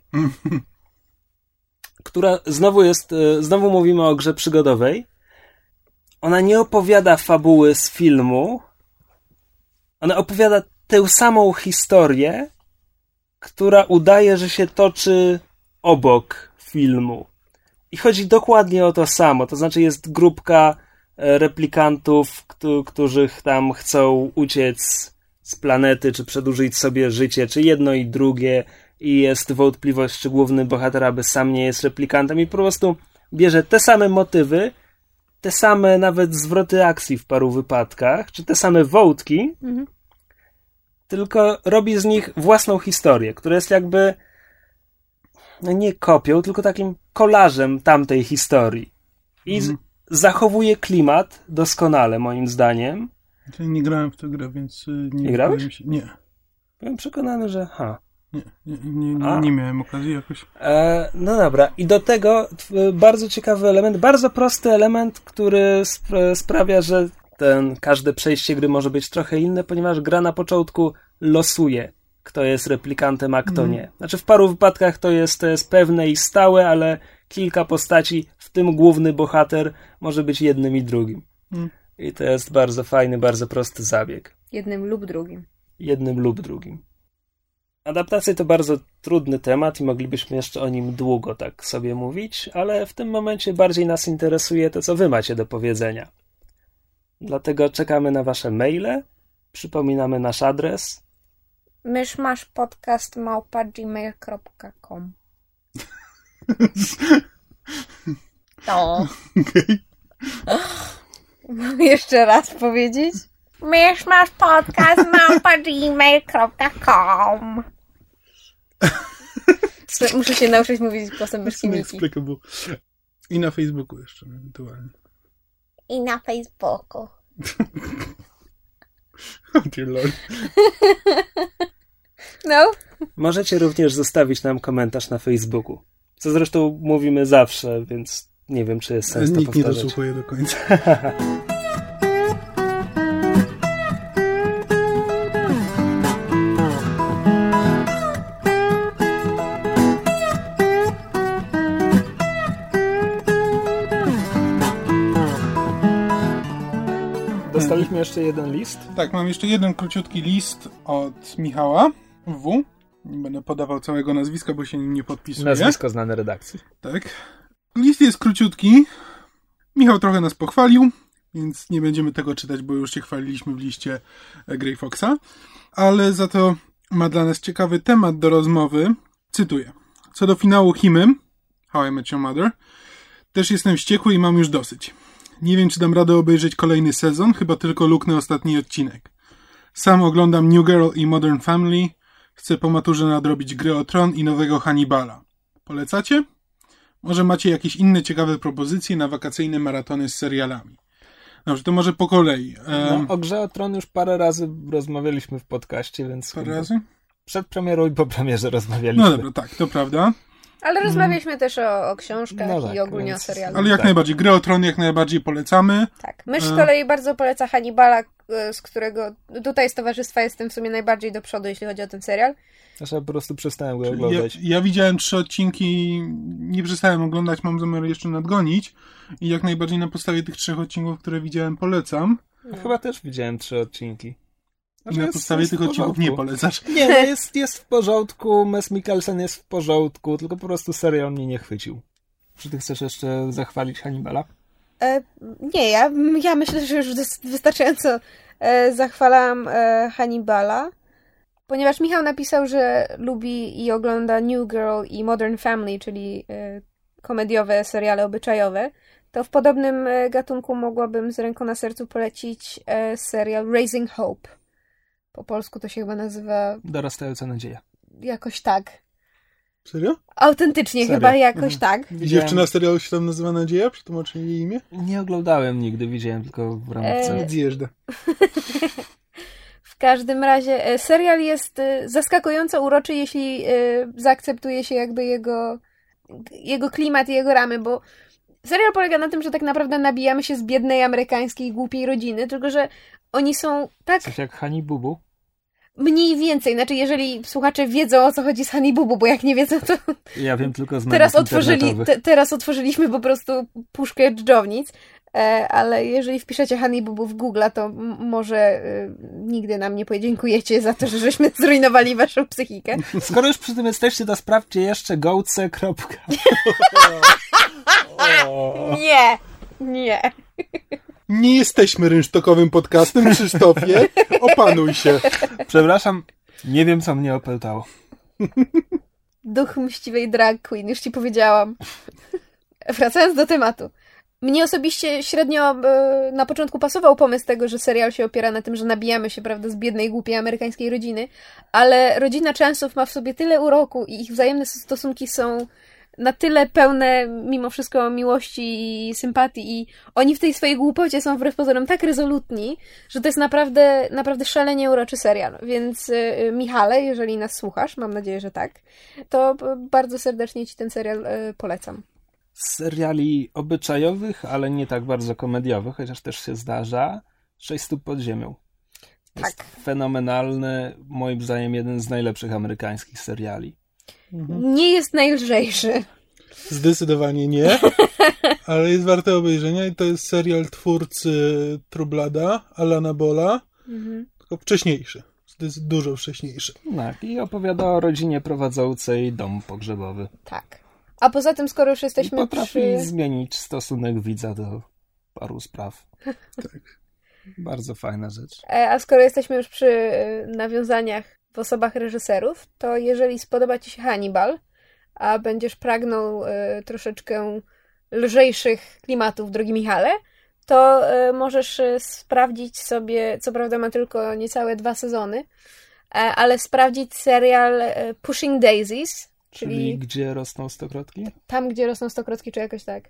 Która znowu mówimy o grze przygodowej. Ona nie opowiada fabuły z filmu. Ona opowiada tę samą historię, która udaje, że się toczy obok filmu. I chodzi dokładnie o to samo. To znaczy jest grupka replikantów, którzy tam chcą uciec z planety, czy przedłużyć sobie życie, czy jedno i drugie. I jest wątpliwość, czy główny bohater aby sam nie jest replikantem i po prostu bierze te same motywy, te same nawet zwroty akcji w paru wypadkach, czy te same wątki, tylko robi z nich własną historię, która jest jakby nie kopią, tylko takim kolażem tamtej historii. I zachowuje klimat doskonale, moim zdaniem. Ja nie grałem w tę grę, więc nie grałeś? Nie. Byłem przekonany, że Nie miałem okazji jakoś. No dobra. I do tego bardzo ciekawy element, bardzo prosty element, który sprawia, że każde przejście gry może być trochę inne, ponieważ gra na początku losuje, kto jest replikantem, a kto nie. Znaczy w paru wypadkach to jest pewne i stałe, ale kilka postaci, w tym główny bohater, może być jednym i drugim. I to jest bardzo fajny, bardzo prosty zabieg. Jednym lub drugim. Adaptacje to bardzo trudny temat i moglibyśmy jeszcze o nim długo tak sobie mówić, ale w tym momencie bardziej nas interesuje to, co wy macie do powiedzenia. Dlatego czekamy na wasze maile, przypominamy nasz adres myszmaszpodcast@gmail.com. To. Mam jeszcze raz powiedzieć? myszmaszpodcast@gmail.com. Muszę się nauczyć mówić głosem myszki Miki. I na Facebooku jeszcze ewentualnie. I na Facebooku. Dear Lord. No. Możecie również zostawić nam komentarz na Facebooku. Co zresztą mówimy zawsze, więc nie wiem, czy jest sens to Nikt nie powtarzać. dosłuchuje do końca. Dostaliśmy jeszcze jeden list. Tak, mam jeszcze jeden króciutki list od Michała W. Nie będę podawał całego nazwiska, bo się nim nie podpisuję. Nazwisko znane redakcji. Tak. List jest króciutki. Michał trochę nas pochwalił, więc nie będziemy tego czytać, bo już się chwaliliśmy w liście Grey Foxa. Ale za to ma dla nas ciekawy temat do rozmowy. Cytuję. Co do finału Himy, How I Met Your Mother, też jestem wściekły i mam już dosyć. Nie wiem, czy dam radę obejrzeć kolejny sezon, chyba tylko luknę ostatni odcinek. Sam oglądam New Girl i Modern Family. Chcę po maturze nadrobić Gry o Tron i nowego Hannibala. Polecacie? Może macie jakieś inne ciekawe propozycje na wakacyjne maratony z serialami? Dobrze, to może po kolei. No, o Grze o Tron już parę razy rozmawialiśmy w podcaście, więc... Parę razy? Przed premierą i po premierze rozmawialiśmy. No dobra, tak, to prawda. Ale rozmawialiśmy też o książkach No tak, i ogólnie więc- o serialu. Ale jak Tak. najbardziej. Gry o Tron jak najbardziej polecamy. Tak. Mysz z kolei bardzo poleca Hannibala, z którego tutaj z towarzystwa jestem w sumie najbardziej do przodu, jeśli chodzi o ten serial. Znaczy, ja po prostu przestałem go oglądać. Ja widziałem 3 odcinki, nie przestałem oglądać, mam zamiar jeszcze nadgonić. I jak najbardziej na podstawie tych 3 odcinków, które widziałem, polecam. Chyba też widziałem 3 odcinki. I na podstawie tych odcinków nie polecasz. Nie, no jest w porządku, Mads Mikkelsen jest w porządku, tylko po prostu serial mnie nie chwycił. Czy ty chcesz jeszcze zachwalić Hannibala? Nie, ja myślę, że już wystarczająco zachwalam Hannibala, ponieważ Michał napisał, że lubi i ogląda New Girl i Modern Family, czyli komediowe seriale obyczajowe, to w podobnym gatunku mogłabym z ręką na sercu polecić serial Raising Hope. Po polsku to się chyba nazywa Dorastająca nadzieja. jakoś tak. Serio? Autentycznie Serio? chyba jakoś tak. Dziewczyna z serialu się tam nazywa Nadzieja? Przetłumaczyli jej imię? Nie oglądałem nigdy, widziałem tylko w ramówce. Nie zjeżdżę. W każdym razie serial jest zaskakująco uroczy, jeśli zaakceptuje się jakby jego klimat i jego ramy, bo serial polega na tym, że tak naprawdę nabijamy się z biednej amerykańskiej głupiej rodziny, tylko że oni są tak Coś jak Honey Boo Boo. mniej więcej, znaczy jeżeli słuchacze wiedzą, o co chodzi z Honey Boo Boo, bo jak nie wiedzą, to Ja wiem tylko z mediów internetowych. teraz otworzyliśmy po prostu puszkę dżdżownic, ale jeżeli wpiszecie Honey Boo Boo w Google, to może nigdy nam nie podziękujecie za to, że żeśmy zrujnowali waszą psychikę. Skoro już przy tym jesteście, to sprawdźcie jeszcze gołce. Nie. Nie jesteśmy rynsztokowym podcastem, Krzysztofie. Opanuj się. Przepraszam, nie wiem, co mnie opętało. Duch mściwej drag queen, już ci powiedziałam. Wracając do tematu. Mnie osobiście średnio na początku pasował pomysł tego, że serial się opiera na tym, że nabijamy się, prawda, z biednej, głupiej amerykańskiej rodziny, ale rodzina Chance'ów ma w sobie tyle uroku i ich wzajemne stosunki są na tyle pełne mimo wszystko miłości i sympatii i oni w tej swojej głupocie są wbrew pozorom tak rezolutni, że to jest naprawdę, naprawdę szalenie uroczy serial. Więc Michale, jeżeli nas słuchasz, mam nadzieję, że tak, to bardzo serdecznie ci ten serial polecam. Z seriali obyczajowych, ale nie tak bardzo komediowych, chociaż też się zdarza, 6 stóp pod ziemią. Jest Tak. fenomenalny, moim zdaniem jeden z najlepszych amerykańskich seriali. Nie jest najlżejszy. Zdecydowanie nie, ale jest warte obejrzenia i to jest serial twórcy True Blooda, Alana Balla, tylko wcześniejszy. Dużo wcześniejszy. Tak, i opowiada o rodzinie prowadzącej dom pogrzebowy. Tak. A poza tym, skoro już I jesteśmy potrafi przy... zmienić stosunek widza do paru spraw. Tak. Bardzo fajna rzecz. A skoro jesteśmy już przy nawiązaniach w osobach reżyserów, to jeżeli spodoba ci się Hannibal, a będziesz pragnął troszeczkę lżejszych klimatów, drogi Michale, to możesz sprawdzić sobie, co prawda ma tylko niecałe 2 sezony, ale sprawdzić serial Pushing Daisies, Czyli gdzie rosną stokrotki? Tam, gdzie rosną stokrotki, czy jakoś tak.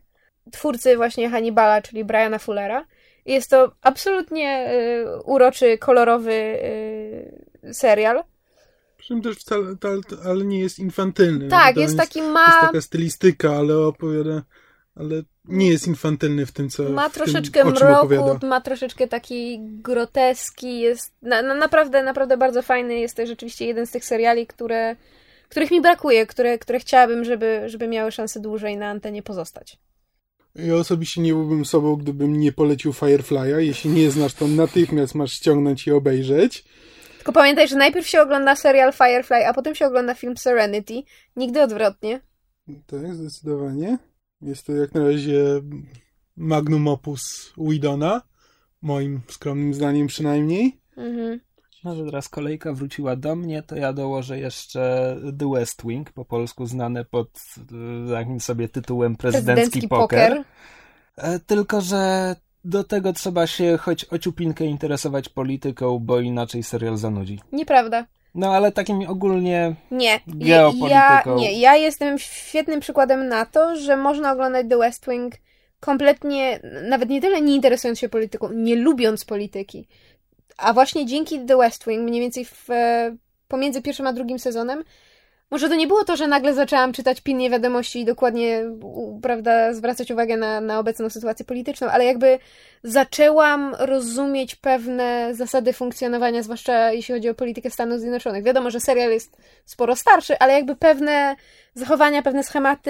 twórcy właśnie Hannibala, czyli Briana Fullera. Jest to absolutnie uroczy, kolorowy serial. Przy czym też wcale, ale nie jest infantylny. Tak, jest taki Jest taka stylistyka, ale opowiada, ale nie jest infantylny w tym, co ma troszeczkę tym, o czym mroku, opowiada. ma troszeczkę takiej groteski, jest naprawdę bardzo fajny. Jest to rzeczywiście jeden z tych seriali, których mi brakuje, które chciałabym, żeby miały szansę dłużej na antenie pozostać. Ja osobiście nie byłbym sobą, gdybym nie polecił Firefly'a. Jeśli nie znasz, to natychmiast masz ściągnąć i obejrzeć. Tylko pamiętaj, że najpierw się ogląda serial Firefly, a potem się ogląda film Serenity. Nigdy odwrotnie. Tak, zdecydowanie. Jest to jak na razie magnum opus Whedona. Moim skromnym zdaniem przynajmniej. Mhm. Może teraz kolejka wróciła do mnie, to ja dołożę jeszcze The West Wing, po polsku znane pod takim sobie tytułem Prezydencki Poker. Tylko że do tego trzeba się choć ociupinkę interesować polityką, bo inaczej serial zanudzi. Nieprawda. No ale takim ogólnie Nie. geopolityką. Ja jestem świetnym przykładem na to, że można oglądać The West Wing kompletnie, nawet nie tyle nie interesując się polityką, nie lubiąc polityki. A właśnie dzięki The West Wing, mniej więcej pomiędzy pierwszym a drugim sezonem, może to nie było to, że nagle zaczęłam czytać pilnie wiadomości i dokładnie, prawda, zwracać uwagę na obecną sytuację polityczną, ale jakby zaczęłam rozumieć pewne zasady funkcjonowania, zwłaszcza jeśli chodzi o politykę Stanów Zjednoczonych. Wiadomo, że serial jest sporo starszy, ale jakby pewne zachowania, pewne schematy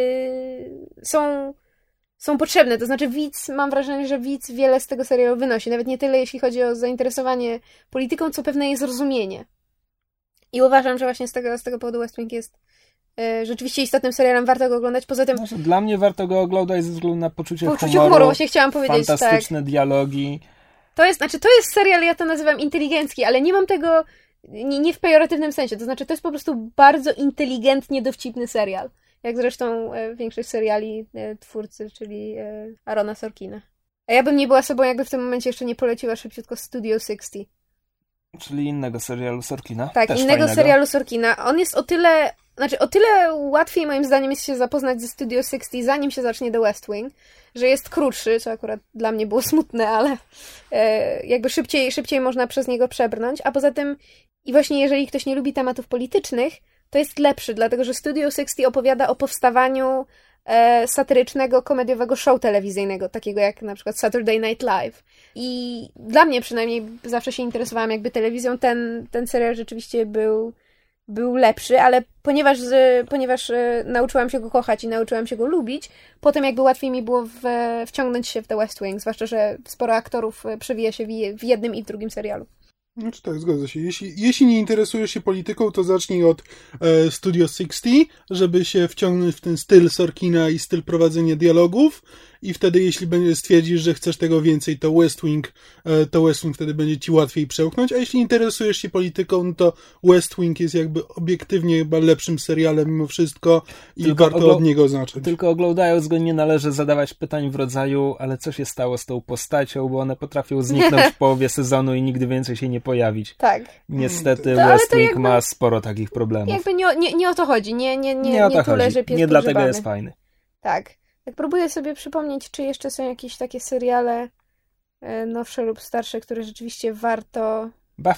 są potrzebne. To znaczy mam wrażenie, że widz wiele z tego serialu wynosi. Nawet nie tyle, jeśli chodzi o zainteresowanie polityką, co pewne jej zrozumienie. I uważam, że właśnie z tego powodu West Wing jest rzeczywiście istotnym serialem, warto go oglądać. Poza tym... Znaczy, dla mnie warto go oglądać ze względu na poczucie humoru, właśnie chciałam powiedzieć, fantastyczne tak. dialogi. To jest serial, ja to nazywam inteligencki, ale nie mam tego nie w pejoratywnym sensie. To znaczy, to jest po prostu bardzo inteligentnie dowcipny serial. Jak zresztą większość seriali twórcy, czyli Aarona Sorkina. A ja bym nie była sobą, jakby w tym momencie jeszcze nie poleciła szybciutko Studio 60. Czyli innego serialu Sorkina. Tak, też innego fajnego serialu Sorkina. On jest o tyle łatwiej moim zdaniem jest się zapoznać ze Studio 60, zanim się zacznie The West Wing, że jest krótszy, co akurat dla mnie było smutne, ale jakby szybciej można przez niego przebrnąć. A poza tym, i właśnie jeżeli ktoś nie lubi tematów politycznych, to jest lepszy, dlatego że Studio 60 opowiada o powstawaniu satyrycznego, komediowego show telewizyjnego, takiego jak na przykład Saturday Night Live. I dla mnie przynajmniej, zawsze się interesowałam jakby telewizją, ten serial rzeczywiście był lepszy, ale ponieważ nauczyłam się go kochać i nauczyłam się go lubić, potem jakby łatwiej mi było wciągnąć się w The West Wing, zwłaszcza, że sporo aktorów przewija się w jednym i w drugim serialu. Znaczy tak, zgadza się. Jeśli nie interesujesz się polityką, to zacznij od Studio 60, żeby się wciągnąć w ten styl Sorkina i styl prowadzenia dialogów i wtedy, jeśli stwierdzisz, że chcesz tego więcej, to West Wing wtedy będzie ci łatwiej przełknąć, a jeśli interesujesz się polityką, no to West Wing jest jakby obiektywnie chyba lepszym serialem mimo wszystko i warto od niego zacząć. Tylko oglądając go nie należy zadawać pytań w rodzaju, ale co się stało z tą postacią, bo one potrafią zniknąć w połowie sezonu i nigdy więcej się nie pojawić. Tak. Niestety West Wing ma sporo takich problemów. Jakby nie o to chodzi. Nie o to tu leży chodzi. pies Nie dlatego pogrzebany. jest fajny. Tak. Tak próbuję sobie przypomnieć, czy jeszcze są jakieś takie seriale nowsze lub starsze, które rzeczywiście warto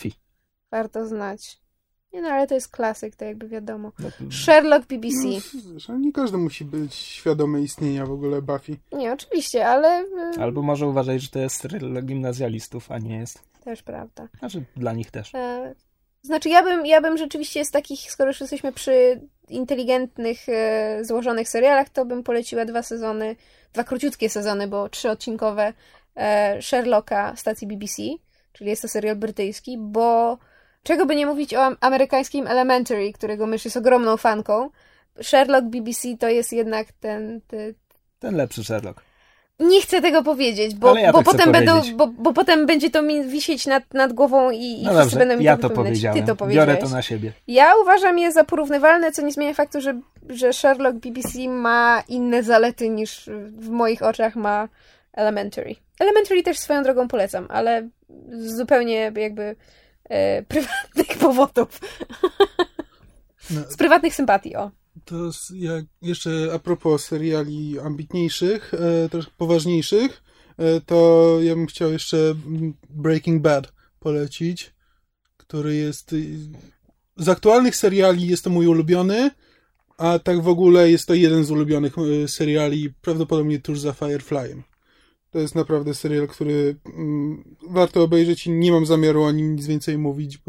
znać. Nie no, ale to jest klasyk, to jakby wiadomo. Sherlock BBC. No, nie każdy musi być świadomy istnienia w ogóle Buffy. Nie, oczywiście, ale... Albo może uważać, że to jest serial dla gimnazjalistów, a nie jest. Też prawda. Znaczy dla nich też. Znaczy ja bym rzeczywiście z takich, skoro już jesteśmy przy inteligentnych, złożonych serialach, to bym poleciła 2 króciutkie sezony, bo 3-odcinkowe Sherlocka stacji BBC, czyli jest to serial brytyjski, bo czego by nie mówić o amerykańskim Elementary, którego mysz jest ogromną fanką, Sherlock BBC to jest jednak ten lepszy Sherlock. Nie chcę tego powiedzieć, bo potem będzie to mi wisieć nad głową i no wszyscy dobrze, będą mi ja to powiedziałem. Ty to powiedziałeś. Biorę to na siebie. Ja uważam je za porównywalne, co nie zmienia faktu, że Sherlock BBC ma inne zalety niż w moich oczach ma Elementary. Elementary też swoją drogą polecam, ale z zupełnie jakby prywatnych powodów. Z prywatnych sympatii, o. To jak jeszcze a propos seriali ambitniejszych, troszkę poważniejszych, to ja bym chciał jeszcze Breaking Bad polecić, który jest z aktualnych seriali jest to mój ulubiony, a tak w ogóle jest to jeden z ulubionych seriali, prawdopodobnie tuż za Fireflyem. To jest naprawdę serial, który warto obejrzeć i nie mam zamiaru o nim nic więcej mówić,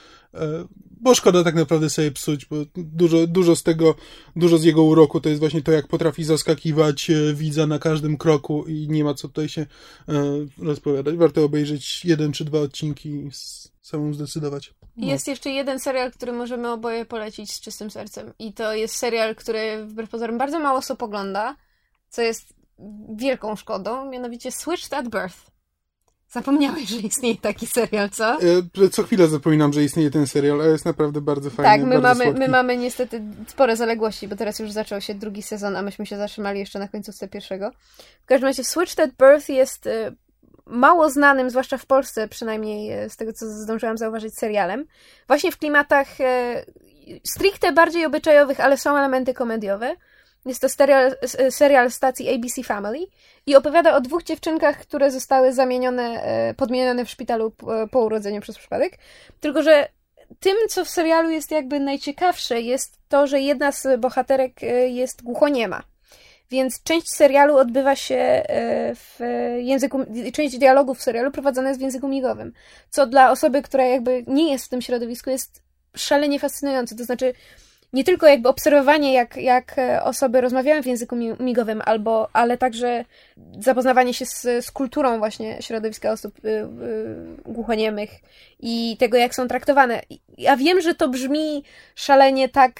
bo szkoda tak naprawdę sobie psuć, bo dużo z jego uroku to jest właśnie to, jak potrafi zaskakiwać widza na każdym kroku i nie ma co tutaj się rozpowiadać. Warto obejrzeć 1 czy 2 odcinki i samemu zdecydować. No. Jest jeszcze jeden serial, który możemy oboje polecić z czystym sercem i to jest serial, który wbrew pozorom bardzo mało osób ogląda, co jest wielką szkodą, mianowicie Switched at Birth. Zapomniałeś, że istnieje taki serial, co? Co chwilę zapominam, że istnieje ten serial, ale jest naprawdę bardzo fajny. Tak, my mamy niestety spore zaległości, bo teraz już zaczął się 2. sezon, a myśmy się zatrzymali jeszcze na końcówce 1. W każdym razie Switched at Birth jest mało znanym, zwłaszcza w Polsce, przynajmniej z tego, co zdążyłam zauważyć, serialem. Właśnie w klimatach stricte bardziej obyczajowych, ale są elementy komediowe. Jest to serial stacji ABC Family i opowiada o 2 dziewczynkach, które zostały podmienione w szpitalu po urodzeniu przez przypadek. Tylko że tym, co w serialu jest jakby najciekawsze, jest to, że jedna z bohaterek jest głuchoniema. Więc część serialu odbywa się w języku, część dialogów w serialu prowadzona jest w języku migowym. Co dla osoby, która jakby nie jest w tym środowisku, jest szalenie fascynujące. To znaczy, nie tylko jakby obserwowanie, jak osoby rozmawiają w języku migowym, ale także zapoznawanie się z kulturą właśnie środowiska osób głuchoniemych i tego, jak są traktowane. Ja wiem, że to brzmi szalenie tak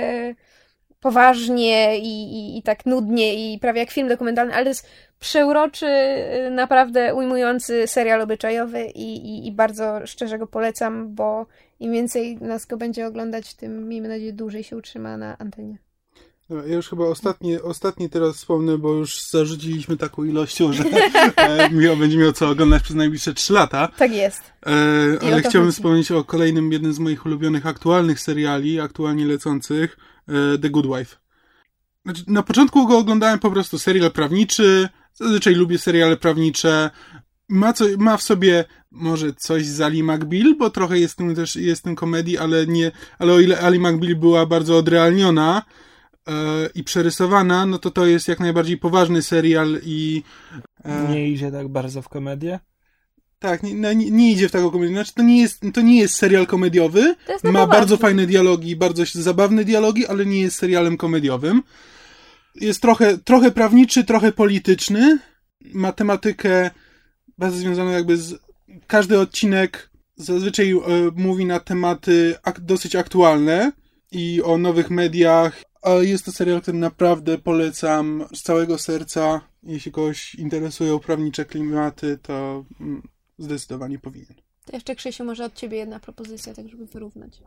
poważnie i tak nudnie i prawie jak film dokumentalny, ale to jest przeuroczy, naprawdę ujmujący serial obyczajowy i bardzo szczerze go polecam, bo im więcej nas go będzie oglądać, tym miejmy nadzieję dłużej się utrzyma na antenie. No, ja już chyba ostatni teraz wspomnę, bo już zarzuciliśmy taką ilością, że Michał będzie miał co oglądać przez najbliższe 3 lata. Tak jest. Ale chciałbym wspomnieć o kolejnym, jednym z moich ulubionych aktualnych seriali, aktualnie lecących, The Good Wife. Znaczy, na początku go oglądałem po prostu serial prawniczy, zazwyczaj lubię seriale prawnicze, ma w sobie może coś z Ali McBeal, bo trochę jest w tym komedii, ale o ile Ali McBeal była bardzo odrealniona i przerysowana, no to jest jak najbardziej poważny serial i... Nie idzie tak bardzo w komedię? Tak, nie idzie w taką komedię. Znaczy, to nie jest serial komediowy. Ma bardzo fajne dialogi, bardzo zabawne dialogi, ale nie jest serialem komediowym. Jest trochę prawniczy, trochę polityczny. Ma tematykę bardzo związaną jakby z... Każdy odcinek zazwyczaj mówi na tematy dosyć aktualne i o nowych mediach. Ale jest to serial, który naprawdę polecam z całego serca. Jeśli kogoś interesują prawnicze klimaty, to zdecydowanie powinien. To jeszcze, Krzysiu, może od ciebie jedna propozycja, tak żeby wyrównać.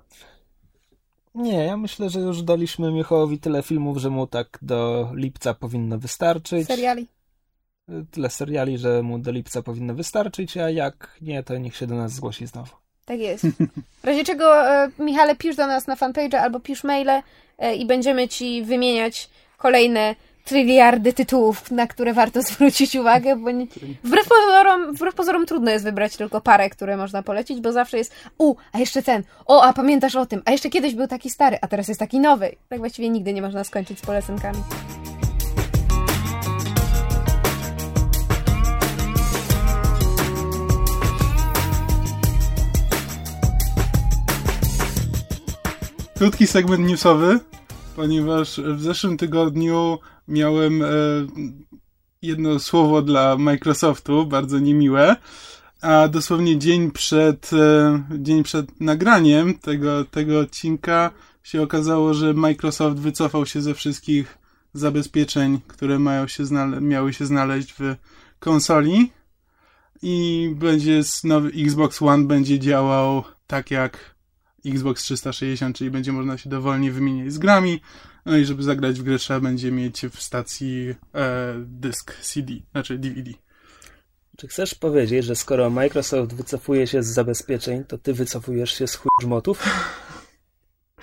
Nie, ja myślę, że już daliśmy Michałowi tyle filmów, że mu tak do lipca powinno wystarczyć. Seriali. Tyle seriali, że mu do lipca powinno wystarczyć, a jak nie, to niech się do nas zgłosi znowu. Tak jest. W razie czego, Michale, pisz do nas na fanpage'a albo pisz maile i będziemy ci wymieniać kolejne tryliardy tytułów, na które warto zwrócić uwagę, bo wbrew pozorom trudno jest wybrać tylko parę, które można polecić, bo zawsze jest a jeszcze ten, a pamiętasz o tym, a jeszcze kiedyś był taki stary, a teraz jest taki nowy. Tak właściwie nigdy nie można skończyć z polecankami. Krótki segment newsowy, ponieważ w zeszłym tygodniu miałem jedno słowo dla Microsoftu, bardzo niemiłe, a dosłownie dzień przed nagraniem tego odcinka się okazało, że Microsoft wycofał się ze wszystkich zabezpieczeń, które miały się znaleźć w konsoli i nowy Xbox One będzie działał tak jak Xbox 360, czyli będzie można się dowolnie wymieniać z grami. No i żeby zagrać w grę, trzeba będzie mieć w stacji dysk CD, znaczy DVD. Czy chcesz powiedzieć, że skoro Microsoft wycofuje się z zabezpieczeń, to ty wycofujesz się z chujżmotów?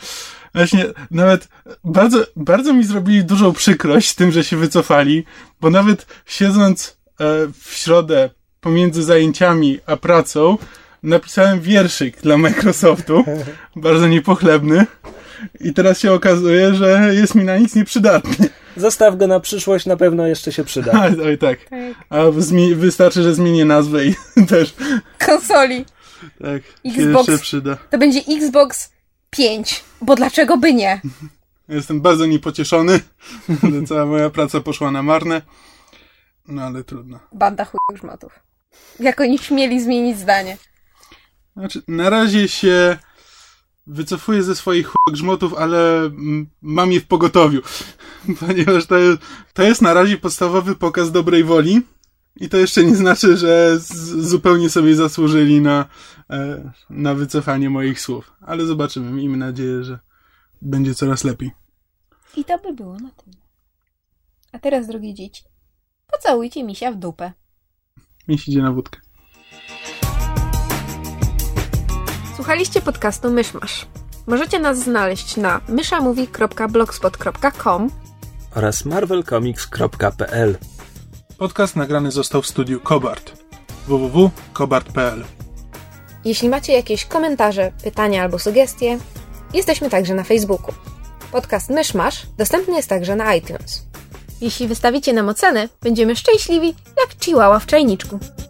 Właśnie, nawet bardzo mi zrobili dużą przykrość tym, że się wycofali, bo nawet siedząc w środę pomiędzy zajęciami a pracą, napisałem wierszyk dla Microsoftu, bardzo niepochlebny, i teraz się okazuje, że jest mi na nic nieprzydatny. Zostaw go na przyszłość, na pewno jeszcze się przyda. Oj, tak. A wystarczy, że zmienię nazwę i też... Konsoli. Tak, Xbox. się jeszcze przyda. To będzie Xbox 5, bo dlaczego by nie? Jestem bardzo niepocieszony, że cała moja praca poszła na marne. No ale trudno. Banda chujów grzmotów. Jak oni śmieli zmienić zdanie. Znaczy, na razie się wycofuję ze swoich grzmotów, ale mam je w pogotowiu. Ponieważ to jest na razie podstawowy pokaz dobrej woli i to jeszcze nie znaczy, że zupełnie sobie zasłużyli na wycofanie moich słów. Ale zobaczymy. Miejmy nadzieję, że będzie coraz lepiej. I to by było na tym. A teraz, drogie dzieci, pocałujcie misia w dupę. Miś idzie na wódkę. Słuchaliście podcastu Myszmasz. Możecie nas znaleźć na myszamovie.blogspot.com oraz marvelcomics.pl. Podcast nagrany został w studiu Kobart. www.kobart.pl. Jeśli macie jakieś komentarze, pytania albo sugestie, jesteśmy także na Facebooku. Podcast Myszmasz dostępny jest także na iTunes. Jeśli wystawicie nam ocenę, będziemy szczęśliwi jak chihuahua w czajniczku.